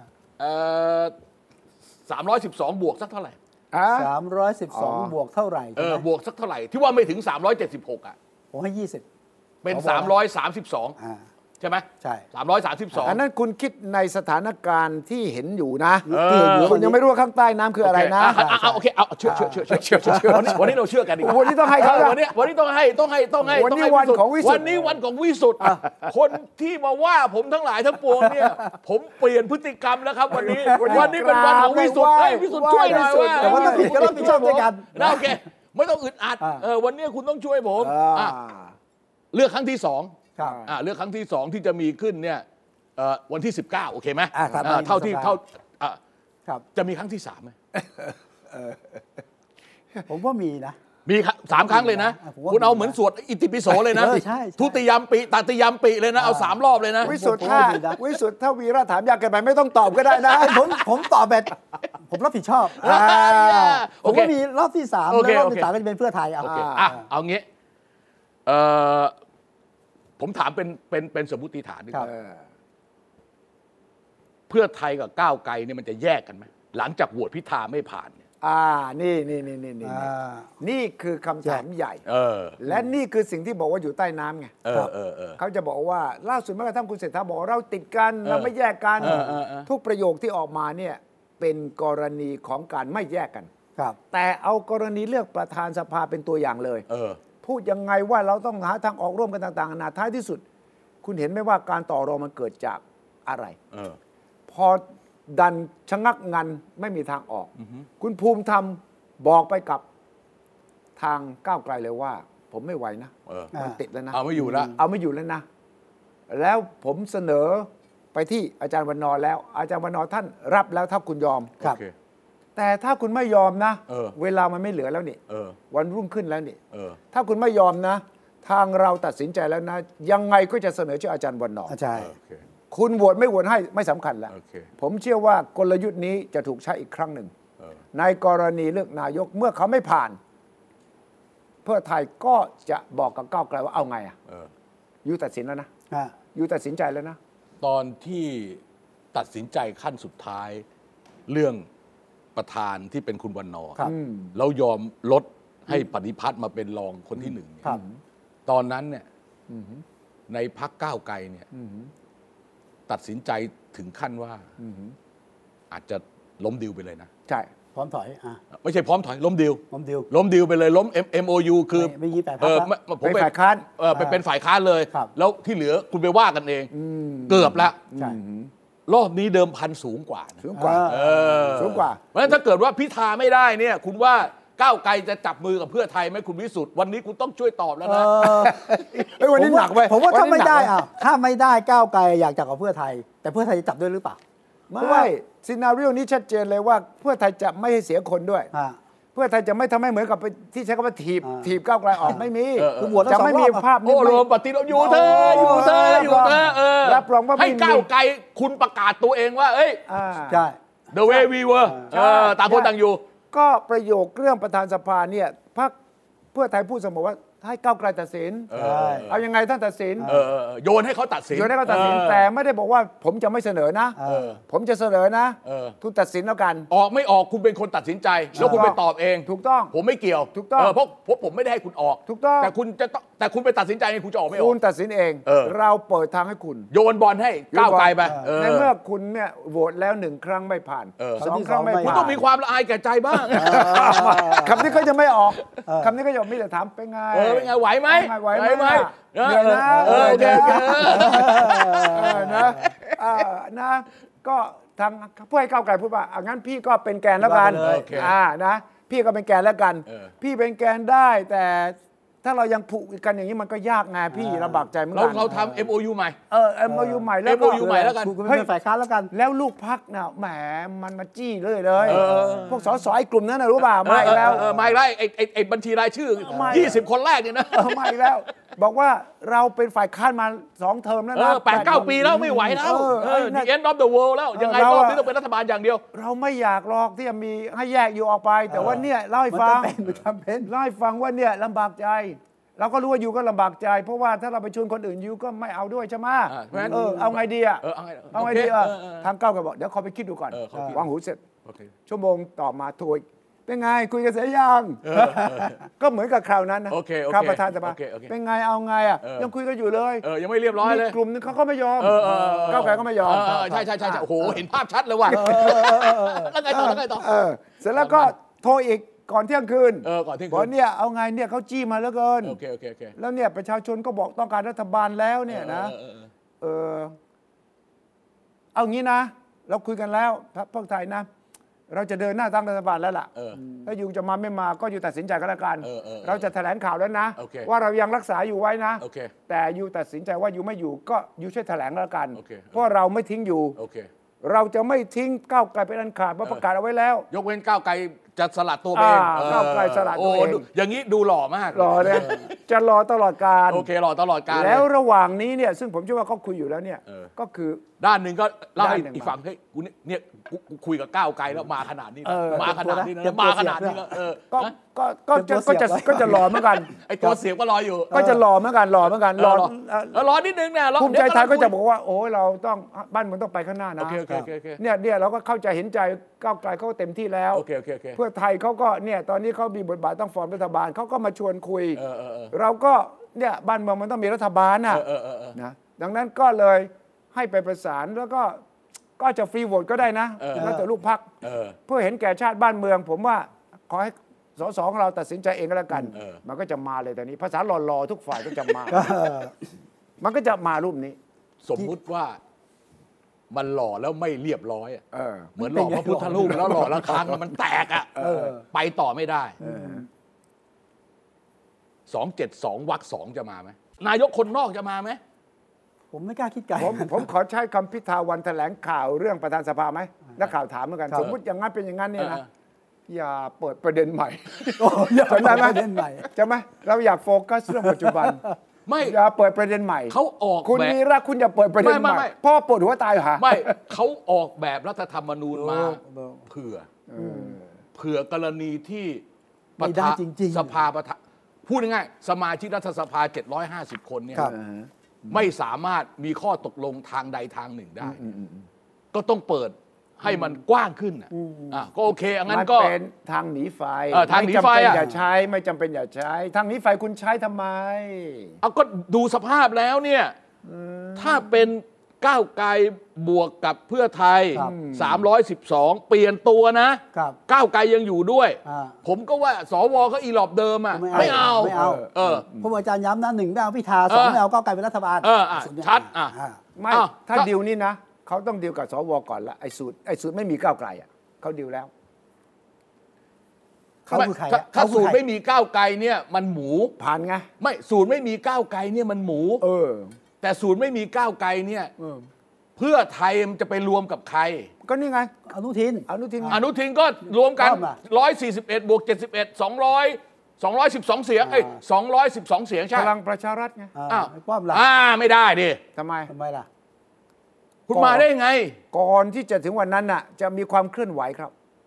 312บวกสักเท่าไหร่ 312บวกเท่าไหร่บวกสักเท่าไหร่ที่ว่าไม่ถึง376 ผมให้20 เป็น332ใช่ไหมใช่ 332 อันนั้นคุณคิดในสถานการณ์ที่เห็นอยู่นะคุณยังไม่รู้ว่าข้างใต้น้ำคืออะไรนะโอเคเชื่อวันนี้เราเชื่อกันดีกว่าวันนี้ต้องให้เขาวันนี้ต้องให้วันนี้วันของวิสุทธิ์วันนี้วันของวิสุทธิ์คนที่มาว่าผมทั้งหลายทั้งปวงเนี่ยผมเปลี่ยนพฤติกรรมแล้วครับวันนี้เป็นวันของวิสุทธิ์วิสุทธิ์ช่วยหน่อยว่าแต่ว่าถ้าผิดก็รับผิดชอบด้วยกันโอเคไม่ต้องอึดอัดวันนี้คุณต้องช่วยผมเลือกครั้งที่2เลือกครั้งที่2ที่จะมีขึ้นเนี่ยวันที่19โอเคไหมเท่าจะมีครั้งที่3ไหมผมว่ามีนะมี3ครั้งเลยนะคุณเอาเหมือนสวดอิติปิโสเลยนะทุติยมปิตติยมปิเลยนะเอา3รอบเลยนะวิสุทธ์ถ้าวีระถามยากเกินไปไม่ต้องตอบก็ได้นะผมตอบแบบผมรับผิดชอบผมก็มีรอบที่3แล้วรอบที่3ก็จะเป็นเพื่อไทยเอางี้ผมถามเป็นสมมติฐานดีกว่าเพื่อไทยกับก้าวไกลเนี่ยมันจะแยกกันไหมหลังจากโหวตพิธาไม่ผ่านเนี่ยนี่คือคำถามใหญ่และนี่คือสิ่งที่บอกว่าอยู่ใต้น้ำไงเขาจะบอกว่าล่าสุดเมื่อกระทั่งคุณเศรษฐาบอกเราติดกันเราไม่แยกกันทุกประโยคที่ออกมาเนี่ยเป็นกรณีของการไม่แยกกันแต่เอากรณีเลือกประธานสภาเป็นตัวอย่างเลยพูดยังไงว่าเราต้องหาทางออกร่วมกันต่างๆนานาท้ายที่สุดคุณเห็นไหมว่าการต่อรองมันเกิดจากอะไรพอดันชะงักงันไม่มีทางออกคุณภูมิธรรมบอกไปกับทางก้าวไกลเลยว่าผมไม่ไหวนะมันติดแล้วนะเอาไม่อยู่แล้วนะแล้วผมเสนอไปที่อาจารย์วันนอร์แล้วอาจารย์วันนอร์ท่านรับแล้วถ้าคุณยอมแต่ถ้าคุณไม่ยอมนะเวลามันไม่เหลือแล้วนี่วันรุ่งขึ้นแล้วนี่ถ้าคุณไม่ยอมนะทางเราตัดสินใจแล้วนะยังไงก็จะเสนอชื่ออาจารย์วันนอร์ใช่คุณโหวตไม่โหวตให้ไม่สำคัญแล้วผมเชื่อว่ากลยุทธ์นี้จะถูกใช้อีกครั้งหนึ่งในกรณีเลือกนายกเมื่อเขาไม่ผ่านเพื่อไทยก็จะบอกกับก้าวไกลว่าเอาไงยูตัดสินแล้วนะยูตัดสินใจแล้วนะตอนที่ตัดสินใจขั้นสุดท้ายเรื่องประธานที่เป็นคุณวันนอร์แล้วยอมลดให้ปฏิพัฒน์มาเป็นรองคนที่1ตอนนั้นเนี่ยในพรรคก้าวไกลเนี่ยตัดสินใจถึงขั้นว่าอาจจะล้มดีลไปเลยนะใช่พร้อมถอยไม่ใช่พร้อมถอยล้มดีลล้มดีลไปเลยล้ม MOU คือไม่28 พรรคผมเป็นฝ่ายค้านเป็นฝ่ายค้านเลยแล้วที่เหลือคุณไปว่ากันเองเกือบแล้วรอบนี้เดิมพันสูงกว่าสูงกว่าเพราะฉะนั้นถ้าเกิดว่าพิธาไม่ได้เนี่ยคุณว่าก้าวไกลจะจับมือกับเพื่อไทยไหมคุณวิสุทธ์วันนี้คุณต้องช่วยตอบแล้วนะวันนี้หนักไปผมว่าถ้าไม่ได้ก้าวไกลอยากจับกับเพื่อไทยแต่เพื่อไทยจะจับด้วยหรือเปล่าไม่ซีนารีโอนี้ชัดเจนเลยว่าเพื่อไทยจะไม่ให้เสียคนด้วยเพื่อไทยจะไม่ทำให้เหมือนกับที่ใช้คำว่าถีบก้าวไกลออกไม่มีจะไม่มีภาพโอ้รวมปฏิรูปอยู่เธอรับรองว่าให้ก้าวไกลคุณประกาศตัวเองว่าเอ้ยใช่ the way we were ต่างคนต่างอยู่ก็ประโยคเรื่องประธานสภาเนี่ยพรรคเพื่อไทยพูดเสมอว่าให้ก้าวไกลตัดสินเอายังไงท่านตัดสินโยนให้เขาตัดสินแต่ไม่ได้บอกว่าผมจะไม่เสนอนะผมจะเสนอนะคุณตัดสินแล้วกันออกไม่ออกคุณเป็นคนตัดสินใจแล้วคุณไปตอบเองถูกต้องผมไม่เกี่ยวถูกต้องเพราะผมไม่ได้ให้คุณออกถูกต้องแต่คุณไปตัดสินใจคุณจะออกไม่ออกคุณตัดสินเองเราเปิดทางให้คุณโยนบอลให้ก้าวไกลไปในเมื่อคุณเนี่ยโหวตแล้ว1 ครั้งไม่ผ่าน2 ครั้งไม่ผ่านคุณต้องมีความละอายแก่ใจบ้างคำนี้ก็จะไม่ออกคำนี้ก็จะมีแต่ถามเป็นไงไหวไหมเหนื่อยนะนะก็ทางผู้ให้ก้าวไกลพูดว่างั้นพี่ก็เป็นแกนแล้วกันนะพี่ก็เป็นแกนแล้วกันพี่เป็นแกนได้แต่ถ้าเรายังผูกกันอย่างนี้มันก็ยากไงพี่ลำบากใจเหมือนกันเราทำ MOU ใหม่ MOU ใหม่แล้วก็ MOU ใหม่แล้วกันคุณเป็นฝ่ายค้านแล้วกันแล้วลูกพรรคเนี่ยแหมมันมาจี้เลยพวกสสกลุ่มนั้นนะรู้ป่ะมาอีกแล้วมาอีกแล้วไอ้บัญชีรายชื่อ20 คนแรกเนี่ยนะมาอีกแล้วบอกว่าเราเป็นฝ่ายค้านมา2 เทอมแล้วนะ 8-9 ปีแล้วไม่ไหวแล้ว The end of the world แล้วยังไงรอบนี้ต้องเป็นรัฐบาลอย่างเดียวเราไม่อยากหรอกที่จะมีให้แยกอยู่ออกไปแต่ว่าเนี่ยเล่าให้ฟังเล่าให้ฟังว่าเนี่ยลำบากใจเราก็รู้ว่าอยู่ก็ลำบากใจเพราะว่าถ้าเราไปชวนคนอื่นอยู่ก็ไม่เอาด้วยใช่ไหมเอาไงดีอ่ะเอาไงดีทางก้าวไกลบอกเดี๋ยวขอไปคิดดูก่อนวางหูเสร็จชั่วโมงต่อมาโทรเป็นไงคุยกันเสร็จยังก็เหมือนกับคราวนั้นนะคราวประธานสภาเป็นไงเอาไงอ่ะยังคุยกันอยู่เลยยังไม่เรียบร้อยเลยกลุ่มนึงเขาก็ไม่ยอมก้าวไกลก็ไม่ยอมใช่โอ้โหเห็นภาพชัดเลยว่ะแล้วไงต่อเสร็จแล้วก็โทรอีกก่อนเที่ยงคืนก่อนเที่ยงคืนบอกเนี่ยเอาไงเนี่ยเขาจี้มาแล้วเกินโอเคแล้วเนี่ยประชาชนก็บอกต้องการรัฐบาลแล้วเนี่ยนะเอางี้นะเราคุยกันแล้วพรรคไทยนะเราจะเดินหน้าตั้งรัฐบาลแล้วล่ะถ้าอยู่จะมาไม่มาก็อยู่ตัดสินใจกันแล้วกันเราจะแถลงข่าวแล้วนะว่าเรายังรักษาอยู่ไว้นะแต่อยู่ตัดสินใจว่าอยู่ไม่อยู่ก็อยู่ช่วยแถลงแล้วกันเพราะเราไม่ทิ้งอยู่เราจะไม่ทิ้งก้าวไกลเป็นอันขาดเพราะประกาศเอาไว้แล้วยกเว้นก้าวไกลจะสลัดตัวเองก้าวไกลสลัดตัวเองอย่างนี้ดูหล่อมากหล่อเนี่ยจะรอตลอดการโอเคหล่อตลอดการแล้วระหว่างนี้เนี่ยซึ่งผมเชื่อว่าเขาคุยอยู่แล้วเนี่ยก็คือด้านหนึ่งก็เล่าให้อีกฝั่งเฮ้ยกูเนี่ยคุยกับก้าวไกลแล้วมาขนาดนี้มาขนาดนี้นะมาขนาดนี้ก็จะรอเหมือนกันไอตัวเสียบก็รออยู่ก็จะรอเหมือนกันรอนิดนึงเนี่ยภูมิใจไทยก็จะบอกว่าโอ้ยเราต้องบ้านเมืองต้องไปข้างหน้านะเนี่ยเราก็เข้าใจเห็นใจก้าวไกลเขาเต็มที่แล้วเพื่อไทยเขาก็เนี่ยตอนนี้เขามีบทบาทต้องฟอร์มรัฐบาลเขาก็มาชวนคุยเราก็เนี่ยบ้านเมืองมันต้องมีรัฐบาลนะดังนั้นก็เลยให้ไปประสานแล้วก็จะฟรีโหวตก็ได้นะแล้วแต่ลูกพรรคเพื่อเห็นแก่ชาติบ้านเมืองผมว่าขอให้สสของเราตัดสินใจเองก็แล้วกันมันก็จะมาเลยตอนนี้ภาษาหล่อๆทุกฝ่ายก็จะมามันก็จะมารูปนี้สมมุติว่ามันหล่อแล้วไม่เรียบร้อยเหมือนหล่อพระพุทธรูปแล้วหล่อละครั้งมันแตกไปต่อไม่ได้272 วรรค 2จะมาไหมนายกคนนอกจะมาไหมผมไม่กล้าคิดไกลผมขอใช้คำพิธาวันแถลงข่าวเรื่องประธานสภาไหมนักข่าวถามเหมือนกันสมมติอย่างนั้นเป็นอย่างนั้นเนี่ยนะอย่าเปิดประเด็นใหม่อย่าเปิดประเด็นใหม่ใช่ไหมเราอยากโฟกัสเรื่องปัจจุบันไม่อย่าเปิดประเด็นใหม่เขาออกคุณมีรักคุณอย่าเปิดประเด็นใหม่พ่อปวดหัวตายเหรอไม่เขาออกแบบรัฐธรรมนูญมาเผื่อกรณีที่ไม่ได้จริงๆสภาประธานพูดง่ายๆสมาชิกรัฐสภา750 คนเนี่ยไม่สามารถมีข้อตกลงทางใดทางหนึ่งได้ก็ต้องเปิดให้มันกว้างขึ้นก็โอเคงั้นก็เป็นทางหนีไฟทางหนีไฟอย่าใช้ไม่จำเป็นอย่าใช้ทางหนีไฟคุณใช้ทำไมเอาก็ดูสภาพแล้วเนี่ยถ้าเป็นก้าวไกลบวกกับเพื่อไทยครับ 312 เปลี่ยนตัวนะครับ ก้าวไกลยังอยู่ด้วย ผมก็ว่าสวเขาอีหลอบเดิมอ่ะไม่เอาเพราะอาจารย์ย้ำนะ1ไม่เอาพิธา2ไม่เอาก้าวไกลเป็นรัฐบาลชัดไม่ถ้าดิวนี่นะเขาต้องดิวกับสวก่อนละไอ้สูตรไม่มีก้าวไกลอ่ะเขาดิวแล้วเขาคือใครถ้าสูตรไม่มีก้าวไกลเนี่ยมันหมูผ่านไงไม่สูตรไม่มีก้าวไกลเนี่ยมันหมูแต่สูตรไม่มีก้าวไกลเนี่ยเพื่อไทยมันจะไปรวมกับใครก็นี่ไงอนุทินก็รวมกัน141บวก71 212 เสียง212 เสียงใช่พลังประชารัฐไงป้อมล่ะไม่ได้ดิทำไมล่ะคุณมาได้ไงก่อนที่จะถึงวันนั้นน่ะจะมีความเคลื่อนไหวครับ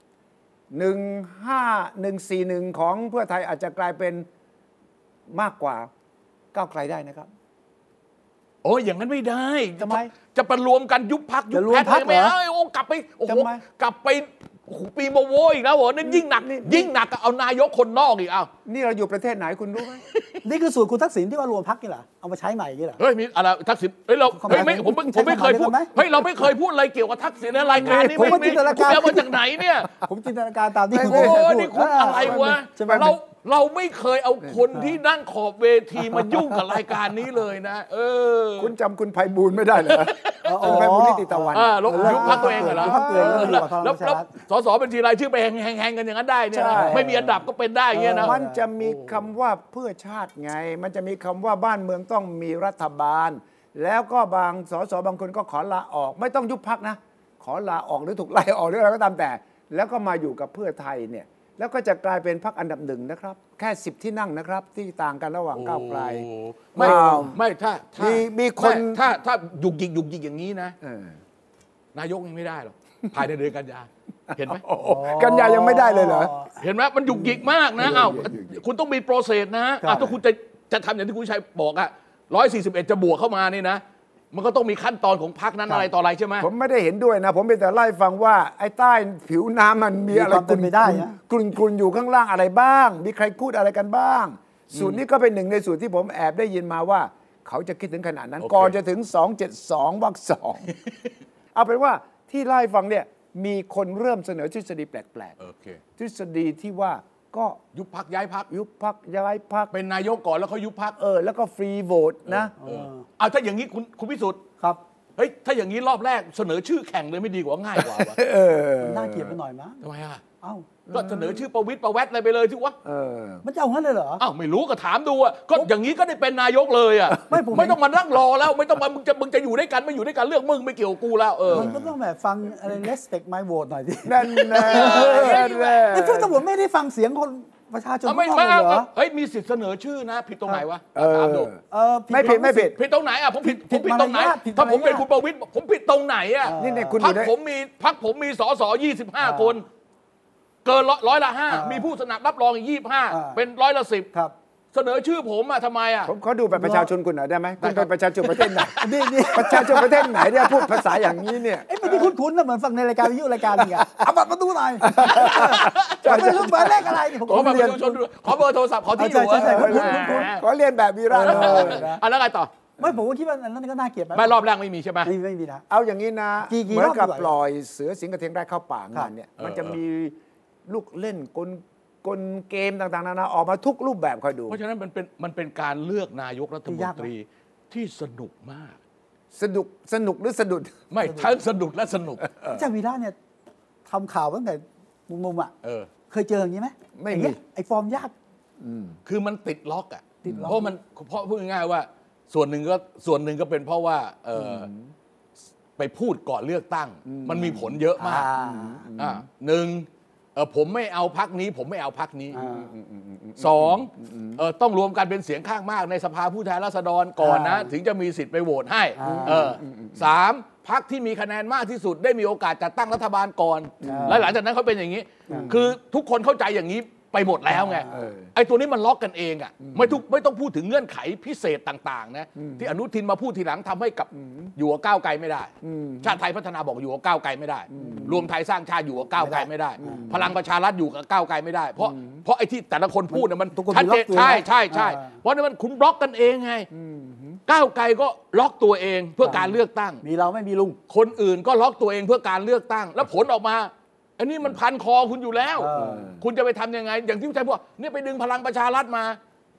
141ของเพื่อไทยอาจจะกลายเป็นมากกว่าก้าวไกลได้นะครับโอ้ยอย่างนั้นไม่ได้ทำไมจะไปรวมกันยุบพักยุบแพ็คไม่เอากลับไปโอ้โหกลับไปปีโมโวอีกแล้วเหรอนั่นยิ่งหนักเอานายกคนนอกอีกนี่เราอยู่ประเทศไหนคุณรู้ไหมนี่คือสูตรคุณทักษิณที่ว่ารวมพรรคนี่เหรอเอามาใช้ใหม่อย่างนี้เหรอมีอะไรทักษิณผมไม่เคยพูดเราไม่เคยพูดอะไรเกี่ยวกับทักษิณในรายการนี้ผมจินตนาการมาจากไหนเนี่ยผมจินตนาการตามที่คุณพูดนี่คุณอะไรวะเราไม่เคยเอาคนที่นั่งขอบเวทีมายุ่งกับรายการนี้เลยนะคุณจำคุณไพบูลย์ไม่ได้เหรอคุณไพบูลย์นิติตะวันยุบพรรคตัวเองเหรอแล้วส.บัญชีรายชื่อไปแหงกันอย่างนั้นได้เนี่ยไม่มีอันดับก็เป็นได้เงี้ยนะมันจะมีคำว่าเพื่อชาติไงมันจะมีคำว่าบ้านเมืองต้องมีรัฐบาลแล้วก็บางส.ส.บางคนก็ขอลาออกไม่ต้องยุบพรรคนะขอลาออกหรือถูกไล่ออกหรืออะไรก็ตามแต่แล้วก็มาอยู่กับเพื่อไทยเนี่ยแล้วก็จะกลายเป็นพรรคอันดับ1นะครับแค่10ที่นั่งนะครับที่ต่างกันระหว่างก้าวไกลไม่ถ้ามีคนถ้ายุกยิกอย่างนี้นะนายกยังไม่ได้หรอกภายในเดือนกันยาเห็นไหมกันยายังไม่ได้เลยเหรอเห็นไหมมันยุกยิกมากนะคุณต้องมีโปรเซสนะถ้าคุณจะทำอย่างที่คุณชัยบอก141จะบวกเข้ามานี่นะมันก็ต้องมีขั้นตอนของพรรคนั้นอะไรต่ออะไรใช่ไหมผมไม่ได้เห็นด้วยนะผมเป็นแต่ไล่ฟังว่าไอ้ใต้ผิวน้ำมันมีอะไรกลุ่นอยู่ข้างล่างอะไรบ้างมีใครพูดอะไรกันบ้างสูตรนี้ก็เป็นหนึ่งในสูตรที่ผมแอบได้ยินมาว่าเขาจะคิดถึงขนาดนั้นก่อนจะถึง272วรรค2เอาเป็นว่าที่ไล่ฟังเนี่ยมีคนเริ่มเสนอทฤษฎีแปลกๆทฤษฎีที่ว่าก็ยุบพรรคย้ายพรรคย้ายพรรคเป็นนายกก่อนแล้วเขายุบพรรคแล้วก็ฟรีโหวตนะเอาถ้าอย่างนี้คุณพิสุทธิ์ครับเฮ้ยถ้าอย่างนี้รอบแรกเสนอชื่อแข่งเลยไม่ดีกว่าง่ายกว่าวะน่าเกลียดไปหน่อยมั้ยทำไมก็เสนอชื่อประวิตรประแวดอะไรไปเลยที่วะมันจะเอางั้นเลยเหรอไม่รู้ก็ถามดูก็อย่างนี้ก็ได้เป็นนายกเลยไม่ต้องมานั่งรอแล้วไม่ต้องมามึงจะอยู่ด้วยกันไม่อยู่ด้วยกันเรื่องมึงไม่เกี่ยวกูแล้วมันก็ต้องแบบฟังอะไร respect my vote หน่อยดินั่นแหละนี่เพื่อนตำรวจไม่ได้ฟังเสียงคนประชาชนไม่เฮ้ยมีสิทธิ์เสนอชื่อนะผิดตรงไหนวะถามดูไม่ผิดตรงไหนผมผิดตรงไหนถ้าผมเป็นคุณประวิตรผมผิดตรงไหนนี่คุณพรรคผมมีสส25คนเกิน100% มีผู้สนับรับรองอีก25เป็น110 ครับเสนอชื่อผมทำไมผมขอดูแบบประชาชนคุณหน่อยได้ไหมคุณเป็นประชาชนประเทศไหนนี่ประชาชนประเทศไหนเนี่ยพูดภาษาอย่างนี้เนี่ยไม่ได้คุ้นๆนะเหมือนฟังในรายการวิทยุรายการนึงเอาบัตรมาดูหน่อยไม่รู้หมายเลขอะไรผมขอเรียนขอเบอร์โทรศัพท์ขอที่อยู่ขอเรียนแบบวีระเลยแล้วไงต่อไม่ผมก็คิดว่าอันนั้นก็น่าเกลียดไม่รอบแรกไม่มีใช่ไหมไม่มีนะเอาอย่างนี้นะเหมือนกับปล่อยเสือสิงห์กระทิงได้เข้าป่างานเนี่ยมันจะมีลูกเล่นกลเกมต่างๆนานาออกมาทุกรูปแบบคอยดูเพราะฉะนั้นมันเป็นการเลือกนายกรัฐมนตรีที่สนุกมากสนุกหรือสะดุดไม่ทั้งสนุกและสนุกอาจารย์วีระเนี่ยทำข่าวตั้งแต่มุมเคยเจออย่างนี้ไหมไม่มีไอ้ฟอร์มยากคือมันติดล็อกเพราะพูดง่ายๆว่าส่วนหนึ่งก็เป็นเพราะว่าไปพูดก่อนเลือกตั้งมันมีผลเยอะมากหนึ่งผมไม่เอาพรรคนี้ผมไม่เอาพรรคนี้2ต้องรวมกันเป็นเสียงข้างมากในสภาผู้แทนราษฎรก่อนนะถึงจะมีสิทธิ์ไปโหวตให้3พรรคที่มีคะแนนมากที่สุดได้มีโอกาสจัดตั้งรัฐบาลก่อนและหลังจากนั้นเขาเป็นอย่างนี้คือทุกคนเข้าใจอย่างนี้ไปหมดแล้วไงไอ้ตัวนี้มันล็อกกันเองไม่ต้องพูดถึงเงื่อนไขพิเศษต่างๆนะที่อนุทินมาพูดทีหลังทำให้กับอยู่กับก้าวไกลไม่ได้ชาติไทยพัฒนาบอกอยู่กับก้าวไกลไม่ได้รวมไทยสร้างชาติอยู่กับก้าวไกลไม่ได้พลังประชารัฐอยู่กับก้าวไกลไม่ได้เพราะไอ้ที่แต่ละคนพูดเนี่ยมันชัดเจนใช่เพราะนี่มันคุณบล็อกกันเองไงก้าวไกลก็ล็อกตัวเองเพื่อการเลือกตั้งมีเราไม่มีลุงคนอื่นก็ล็อกตัวเองเพื่อการเลือกตั้งแล้วผลออกมาอันนี้มันพันคอคุณอยู่แล้วคุณจะไปทำยังไงอย่างที่ผู้ชายบอกเนี่ยไปดึงพลังประชารัฐมา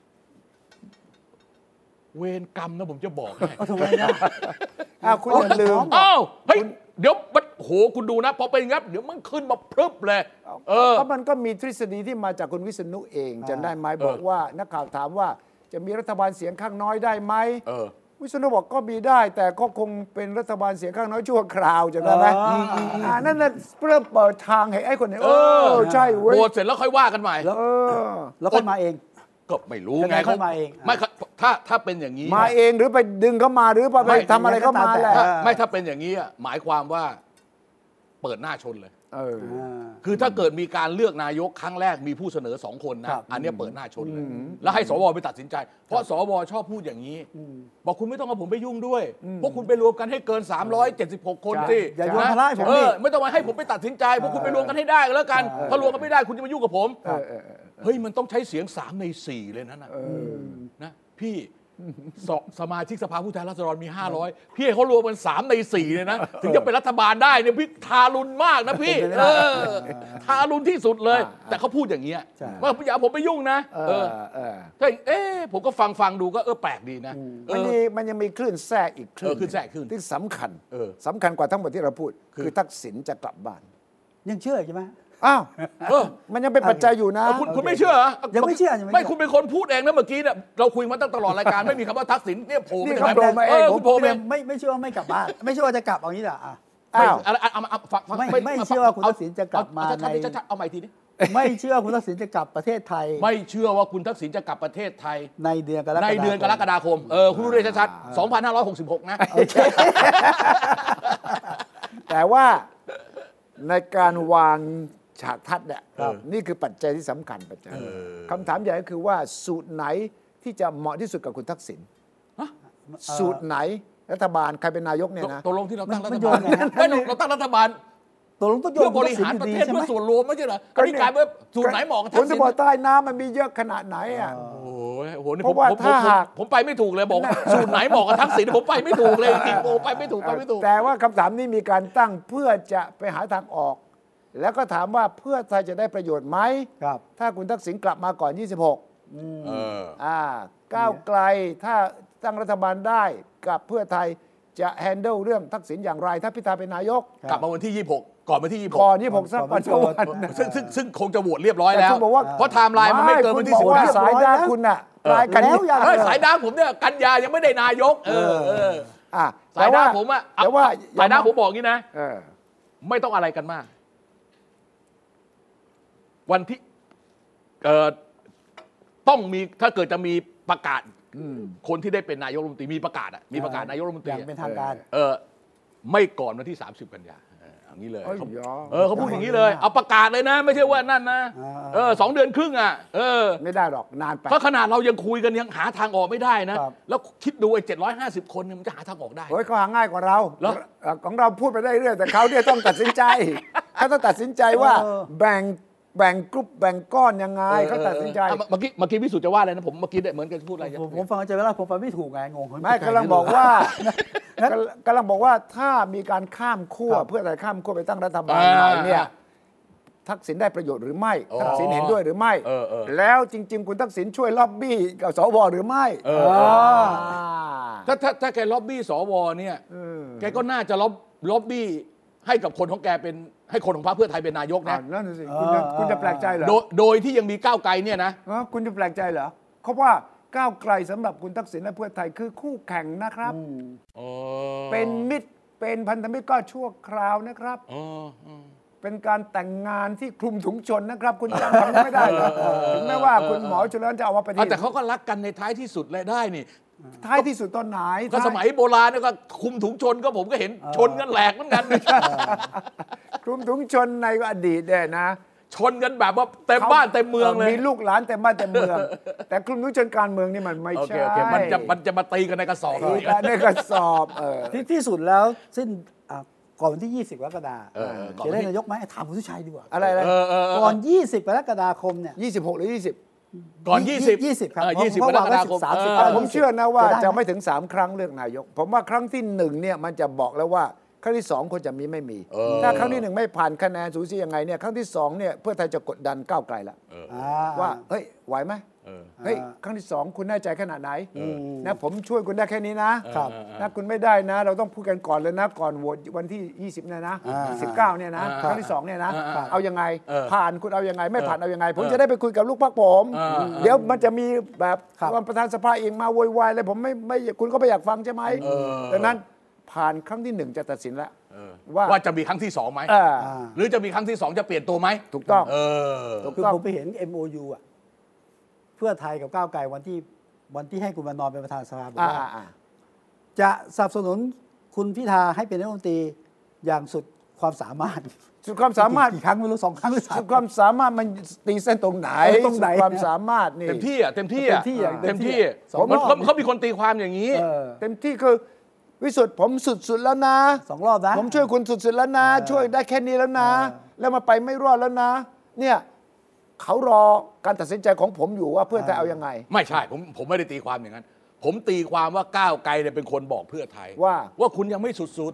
เวรกรรมนะผมจะบอกให้ทำไมนะคุณอย่าลืมเฮ้ยเดี๋ยวโหคุณดูนะพอเป็นงั้นเดี๋ยวมันขึ้นมาพรึบเลยเพราะมันก็มีทฤษฎีที่มาจากคุณวิษณุเองจำได้ไหมบอกว่านักข่าวถามว่าจะมีรัฐบาลเสียงข้างน้อยได้ไหมวิษณุบอกก็มีได้แต่ก็คงเป็นรัฐบาลเสียงข้างน้อยชั่วคราวจำได้ไหมนั่นน่ะเริ่มเปิดทางให้ไอ้คนนี้ใช่เว้ยโหวตเสร็จแล้วค่อยว่ากันใหม่แล้วค่อยมาเองก็ไม่รู้ไงเขามาเองไม่ถ้าเป็นอย่างนี้มาเองหรือไปดึงเขามาหรือไปทำอะไรเขามาแหละไม่ถ้าเป็นอย่างนี้หมายความว่าเปิดหน้าชนเลยคือถ้าเกิดมีการเลือกนายกครั้งแรกมีผู้เสนอ2 คนนะอันนี้เปิดหน้าชนเลยแล้วให้สวไปตัดสินใจเพราะสวชอบพูดอย่างนี้บอกคุณไม่ต้องเอาผมไปยุ่งด้วยพวกคุณไปรวมกันให้เกิน376 คนสิอย่าโยนภาระให้ผมไม่ต้องมาให้ผมไปตัดสินใจพวกคุณไปรวมกันให้ได้แล้วกันถ้ารวมกันไม่ได้คุณจะมายุ่งกับผมเฮ้ยมันต้องใช้เสียง3 ใน 4เลยนะพี่สมาชิกสภาผู้แทนราษฎรมี500พี่เขารวมกัน3 ใน 4เลยนะถึงจะเป็นรัฐบาลได้เนี่ยพี่ทารุณมากนะพี่ทารุณที่สุดเลยแต่เขาพูดอย่างเงี้ยว่าอย่าผมไปยุ่งนะผมก็ฟังดูก็แปลกดีนะมันยังมีคลื่นแทรกอีกคลื่นแทรกขึ้นที่สำคัญกว่าทั้งหมดที่เราพูดคือทักษิณจะกลับบ้านยังเชื่อใช่ไหมมันยังเป็นปัจจัยอยู่นะคุณไม่เชื่อยังไม่เชื่อไม่คุณเป็นคนพูดเองนะเมื่อกี้เนี่ยเราคุยมาตั้งตลอดรายการไม่มีคำว่าทักษิณเนี่ยโผล่มาเองคุณโผล่ไม่เชื่อว่าไม่กลับบ้านไม่เชื่อว่าจะกลับเอางี้เหรอไม่เชื่อว่าคุณทักษิณจะกลับมาในเอาใหม่ทีนี้ไม่เชื่อคุณทักษิณจะกลับประเทศไทยไม่เชื่อว่าคุณทักษิณจะกลับประเทศไทยในเดือนกรกฎาคมคุณรู้ได้ชัดๆ2566นะแต่ว่าในการวางฉากทัศน์เนี่ยนี่คือปัจจัยที่สำคัญปัจจัยคำถามใหญ่ก็คือว่าสูตรไหนที่จะเหมาะที่สุดกับคุณทักษิณสูตรไหนรัฐบาลใครเป็นนายกเนี่ยนะตกลงที่เราตั้งรัฐบาลเราตั้งรัฐบาลตกลงต้องเพื่อบริหารประเทศเพื่อส่วนรวมไม่ใช่เหรออันนี้กลายเป็นสูตรไหนเหมาะกับทักษิณผลสำรวจใต้น้ำมันมีเยอะขนาดไหนอ่ะเพราะว่าถ้าหากผมไปไม่ถูกเลยบอกสูตรไหนเหมาะกับทักษิณผมไปไม่ถูกเลยจริงๆไปไม่ถูกแต่ว่าคำถามนี้มีการตั้งเพื่อจะไปหาทางออกแล้วก็ถามว่าเพื่อไทยจะได้ประโยชน์ไหมถ้าคุณทักษิณกลับมาก่อน26ก้าวไกลถ้าตั้งรัฐบาลได้กับเพื่อไทยจะแฮนเดิลเรื่องทักษิณอย่างไรถ้าพิธาเป็นนายกกลับมาวันที่26ก่อนวันที่ 26ก่อน26สักวันซึ่งคงจะโหวตเรียบร้อยแล้วเพราะไทม์ไลน์มันไม่เกินวันที่ 16สายดาคุณน่ะปลายกันแล้วสายดาผมเนี่ยกันยายังไม่ได้นายกสายดาผมอะแต่ว่าสายดาผมบอกงี้นะไม่ต้องอะไรกันมากวันที่ต้องมีถ้าเกิดจะมีประกาศคนที่ได้เป็นนายกรัฐมนตรีมีประกาศนายกรัฐมนตรีอย่างเป็นทางการไม่ก่อนวันที่30 กันยาอย่างนี้เลยเขาพูดอย่างนี้เลยเอาประกาศเลยนะไม่ใช่ว่านั่นนะ2 เดือนครึ่งไม่ได้หรอกนานไปเพราะขนาดเรายังคุยกันยังหาทางออกไม่ได้นะแล้วคิดดูไอ้750 คนมันจะหาทางออกได้เขาหาง่ายกว่าเราของเราพูดไปได้เรื่อยแต่เขาเนี่ยต้องตัดสินใจเขาต้องตัดสินใจว่าแบ่งกรุ๊ปแบ่งก้อนยังไงเขาตัดสินใจเมื่อกี้พิสุทธิ์จะว่าอะไรนะผมเมื่อกี้เหมือนกันพูดอะไรผมฟังใจเวลาผมฟังไม่ถูกไงงงไม่กำลังบอกว่าถ้ามีการข้ามขั้วเพื่ออะไรข้ามขั้วไปตั้งรัฐบาลเนี่ยทักษิณได้ประโยชน์หรือไม่ทักษิณเห็นด้วยหรือไม่แล้วจริงๆคุณทักษิณช่วยล็อบบี้กับสวหรือไม่ถ้าแกล็อบบี้สวเนี่ยแกก็น่าจะล็อบบี้ให้กับคนของแกเป็นให้คนของพรรคเพื่อไทยเป็นนายกนะนั่นสิคุณจะแปลกใจเหรอโดยที่ยังมีก้าวไกลเนี่ยนะคุณจะแปลกใจเหรอเพราะว่าก้าวไกลสำหรับคุณทักษิณและเพื่อไทยคือคู่แข่งนะครับเป็นมิตรเป็นพันธมิตรก็ชั่วคราวนะครับเป็นการแต่งงานที่คลุมถุงชนนะครับคุณจำไม่ได้เหรอถึงแม้ว่าคุณหมอชลน่านจะเอามาปฏิเสธแต่เขาก็รักกันในท้ายที่สุดเลยได้นี่ท้ายที่สุดตอนไหนก็สมัยโบราณก็คุมถุงชนก็ผมก็เห็นชนกันแหลกเหมือนกันคุมถุงชนในอดีตเนี่ยนะชนกันแบบว่าเต็มบ้านเต็มเมืองเลยมีลูกหลานเต็มบ้านเต็มเมืองแต่คุมถุงชนการเมืองนี่มันไม่ใช่มันจะมาตีกันในกระสอบในกระสอบที่สุดแล้วสิ้นก่อนวันที่20 กรกฎาคมจะได้นายกไหมถามคุณสุชัยดีกว่าอะไรก่อน20 กรกฎาคมเนี่ย 26 หรือก่อน20 ครับ 20 กรกฎาคมผมเชื่อนะว่าจะไม่ถึง3ครั้งเลือกนายกผมว่าครั้งที่1เนี่ยมันจะบอกแล้วว่าครั้งที่2ควรจะมีไม่มีถ้าครั้งที่1ไม่ผ่านคะแนนสูสียังไงเนี่ยครั้งที่2เนี่ยเพื่อไทยจะกดดันก้าวไกลละว่าเฮ้ยไหวไหมเฮ้ยครั้งที่2คุณแน่ใจขนาดไหนนะผมช่วยคุณได้แค่นี้นะนะคุณไม่ได้นะเราต้องพูดกันก่อนเลยนะก่อนโหวตวันที่20เนี่ยนะ19เนี่ยนะครั้งที่2เนี่ยนะเอายังไงผ่านคุณเอายังไงไม่ผ่านเอายังไงผมจะได้ไปคุยกับลูกพรรคผมเดี๋ยวมันจะมีแบบประธานสภาเองมาโวยวายเลยผมไม่คุณก็ไม่อยากฟังใช่ไหมดังนั้นผ่านครั้งที่1จะตัดสินแล้วว่าจะมีครั้งที่2ไหมหรือจะมีครั้งที่2จะเปลี่ยนตัวไหมถูกต้องคือผมไปเห็น MOU อ่ะเพื่อไทยกับก้าวไกลวันที่ให้คุณมานอนเป็นประธานสภาบอกว่าจะสนับสนุนคุณพิธาให้เป็นนายกรัฐมนตรีอย่างสุดความสามารถสุดความสามารถกี่ครั้งไม่รู้2 ครั้งหรือ3 สุดความสามารถมันตีเส้นตรงไหนความสามารถนี่เต็มที่เขามีคนตีความอย่างนี้เต็มที่คือวิสุทธ์ผมสุดๆแล้วนะ 2 รอบนะผมช่วยคุณสุดๆแล้วนะช่วยได้แค่นี้แล้วนะแล้วมาไปไม่รอดแล้วนะเนี่ยเขารอการตัดสินใจของผมอยู่ว่าเพื่อไทยเอายังไงไม่ใช่ผมไม่ได้ตีความอย่างนั้นผมตีความว่าก้าวไกลเนี่ยเป็นคนบอกเพื่อไทยว่าคุณยังไม่สุดสุด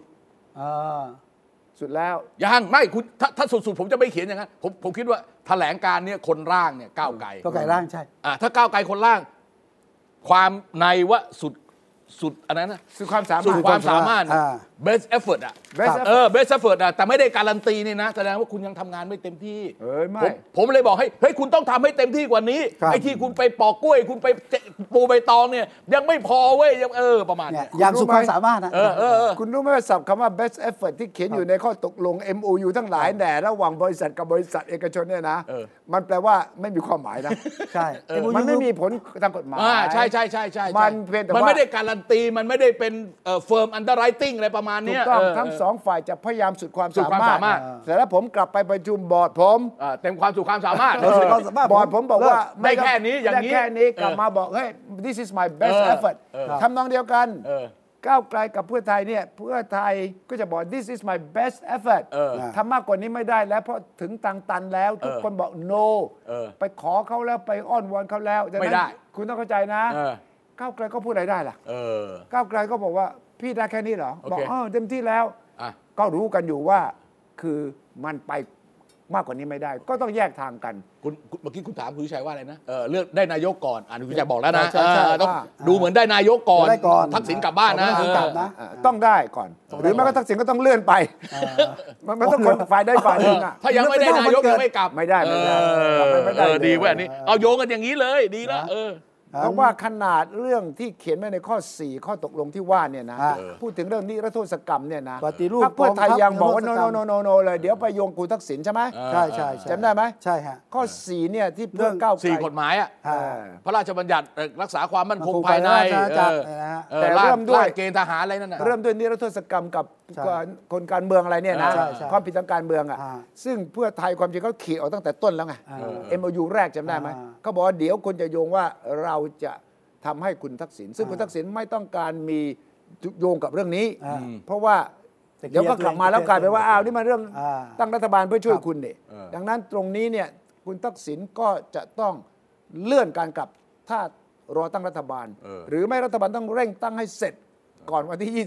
แล้วยังไม่คุณถ้าสุดผมจะไม่เขียนอย่างนั้นผมคิดว่าแถลงการเนี่ยคนร่างเนี่ยก้าวไกลร่างใช่ถ้าก้าวไกลคนร่างความในว่าสุดอันนั้นนะสุดความสามารถ best effort best effort แต่ไม่ได้การันตีนี่นะแสดงว่าคุณยังทำงานไม่เต็มที่ผมเลยบอกให้คุณต้องทำให้เต็มที่กว่านี้ไอ้ที่คุณไปปอกกล้วยคุณไปปูใบตองเนี่ยยังไม่พอเว้ยยังประมาณนี้อย่างสุดความสามารถนะคุณรู้ไหมว่าศัพท์คำว่า best effort ที่เขียนอยู่ในข้อตกลง MOU ทั้งหลายแหน่ระหว่างบริษัทกับบริษัทเอกชนเนี่ยนะมันแปลว่าไม่มีความหมายนะใช่มันไม่มีผลทางกฎหมายใช่มันไม่ได้การันตีมันไม่ได้เป็นfirm underwriting อะไรประมาณนี้ถูกต้องทั้ง2ฝ่ายจะพยายามสุดความสามารถแต่แล้วผมกลับไปประชุมบอร์ดผมเต็มความสุดความสามารถบอร์ดผมบอกว่าไม่แค่นี้อย่างนี้แค่นี้กลับมาบอกเฮ้ย this is my best effort ทำนองเดียวกันก้าวไกลกับเพื่อไทยเนี่ยเพื่อไทยก็จะบอก this is my best effort ทำมากกว่านี้ไม่ได้แล้วเพราะถึงทางตันแล้วทุกคนบอก no ไปขอเขาแล้วไปอ้อนวอนเขาแล้วไม่ได้คุณต้องเข้าใจนะก้าวไกลก็พูดอะไรได้ล่ะก้าวไกลก็บอกว่าพี่ได้แค่นี้เหรอบอกเต็มที่แล้วก็รู้กันอยู่ว่าคือมันไปมากกว่านี้ไม่ได้ก็ต้องแยกทางกันคุณเมื่อกี้คุณถามคุณชัยว่าอะไรนะเลือกได้นายกก่อนคุณชัยบอกแล้วนะต้องดูเหมือนได้นายกก่อนทักษิณกลับบ้านนะต้องได้ก่อนหรือแม้กระทั่งทักษิณก็ต้องเลื่อนไปมันต้องคนฝ่ายได้ฝ่ายนึงถ้ายังไม่ได้นายกยังไม่กลับไม่ได้ดีเว้ยอันนี้เอาโยงกันอย่างนี้เลยดีแล้วเพราะว่าขนาดเรื่องที่เขียนไว้ในข้อ4ข้อตกลงที่ว่าเนี่ยนะพูดถึงเรื่องนิรโทษกรรมเนี่ยนะปฏิรูปพรรคเพื่อไทยยังบอกว่าโนเลยเดี๋ยวไปโยงคุณทักษิณใช่ไหมใช่จำได้ไหมใช่ฮะข้อ4เนี่ยที่เรื่อง 4กฎหมายพระราชบัญญัติรักษาความมั่นคงภายในแต่เริ่มด้วยเกณฑ์ทหารอะไรนั่นน่ะเริ่มด้วยนิรโทษกรรมกับคนการเมืองอะไรเนี่ยนะความผิดทางการเมืองซึ่งเพื่อไทยความจริงเขาขีดออกตั้งแต่ต้นแล้วไง MOU แรกจำได้ไหมเขาบอกว่าเดี๋ยวคนจะโยงว่าเราจะทำให้คุณทักษิณซึ่งคุณทักษิณไม่ต้องการมีโยงกับเรื่องนี้เพราะว่าเดี๋ยวก็กลับมาแล้วกลายเป็นว่านี่มันเรื่องตั้งรัฐบาลเพื่อช่วยคุณเนี่ยดังนั้นตรงนี้เนี่ยคุณทักษิณก็จะต้องเลื่อนการกลับถ้ารอตั้งรัฐบาลหรือไม่รัฐบาลต้องเร่งตั้งให้เสร็จก่อนวันที่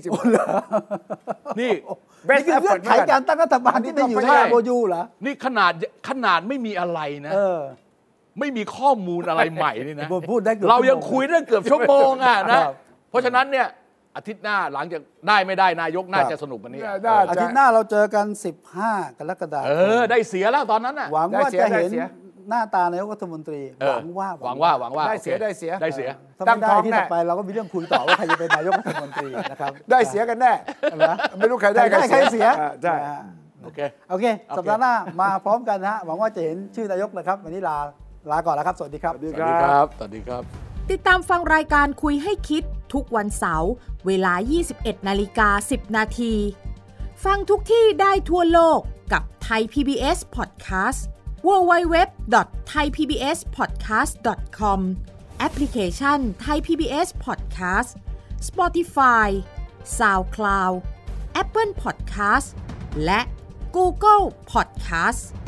20 นี่นี่คือเงื่อนไขการตั้งรัฐบาลที่ไม่อยู่ในMOUเหรอนี่ขนาดไม่มีอะไรนะไม่มีข้อมูลอะไรใหม่นี่นะเรายังคุยเรื่องเกือบชั่วโมงนะเพราะฉะนั้นเนี่ยอาทิตย์หน้าหลังจากได้ไม่ได้นายกน่าจะสนุกกันนี้อาทิตย์หน้าเราเจอกัน15 กรกฎาคมได้เสียแล้วตอนนั้นหวังว่าจะเห็นหน้าตานายกรัฐมนตรีหวังว่าได้เสียตั้งท้องที่ต่อไปเราก็มีเรื่องคุยต่อว่าใครจะเป็นนายกรัฐมนตรีนะครับได้เสียกันแน่ไม่รู้ใครได้ใครเสียใช่โอเคสัปดาห์หน้ามาพร้อมกันฮะหวังว่าจะเห็นชื่อนายกนะครับวันนี้ลาก่อนแล้วครับสวัสดีครับสวัสดีครับติดตามฟังรายการคุยให้คิดทุกวันเสาร์เวลา 21:10 นาทีฟังทุกที่ได้ทั่วโลกกับ Thai PBS Podcast www.thaipbspodcast.com แอปพลิเคชัน Thai PBS Podcast Spotify SoundCloud Apple Podcast และ Google Podcast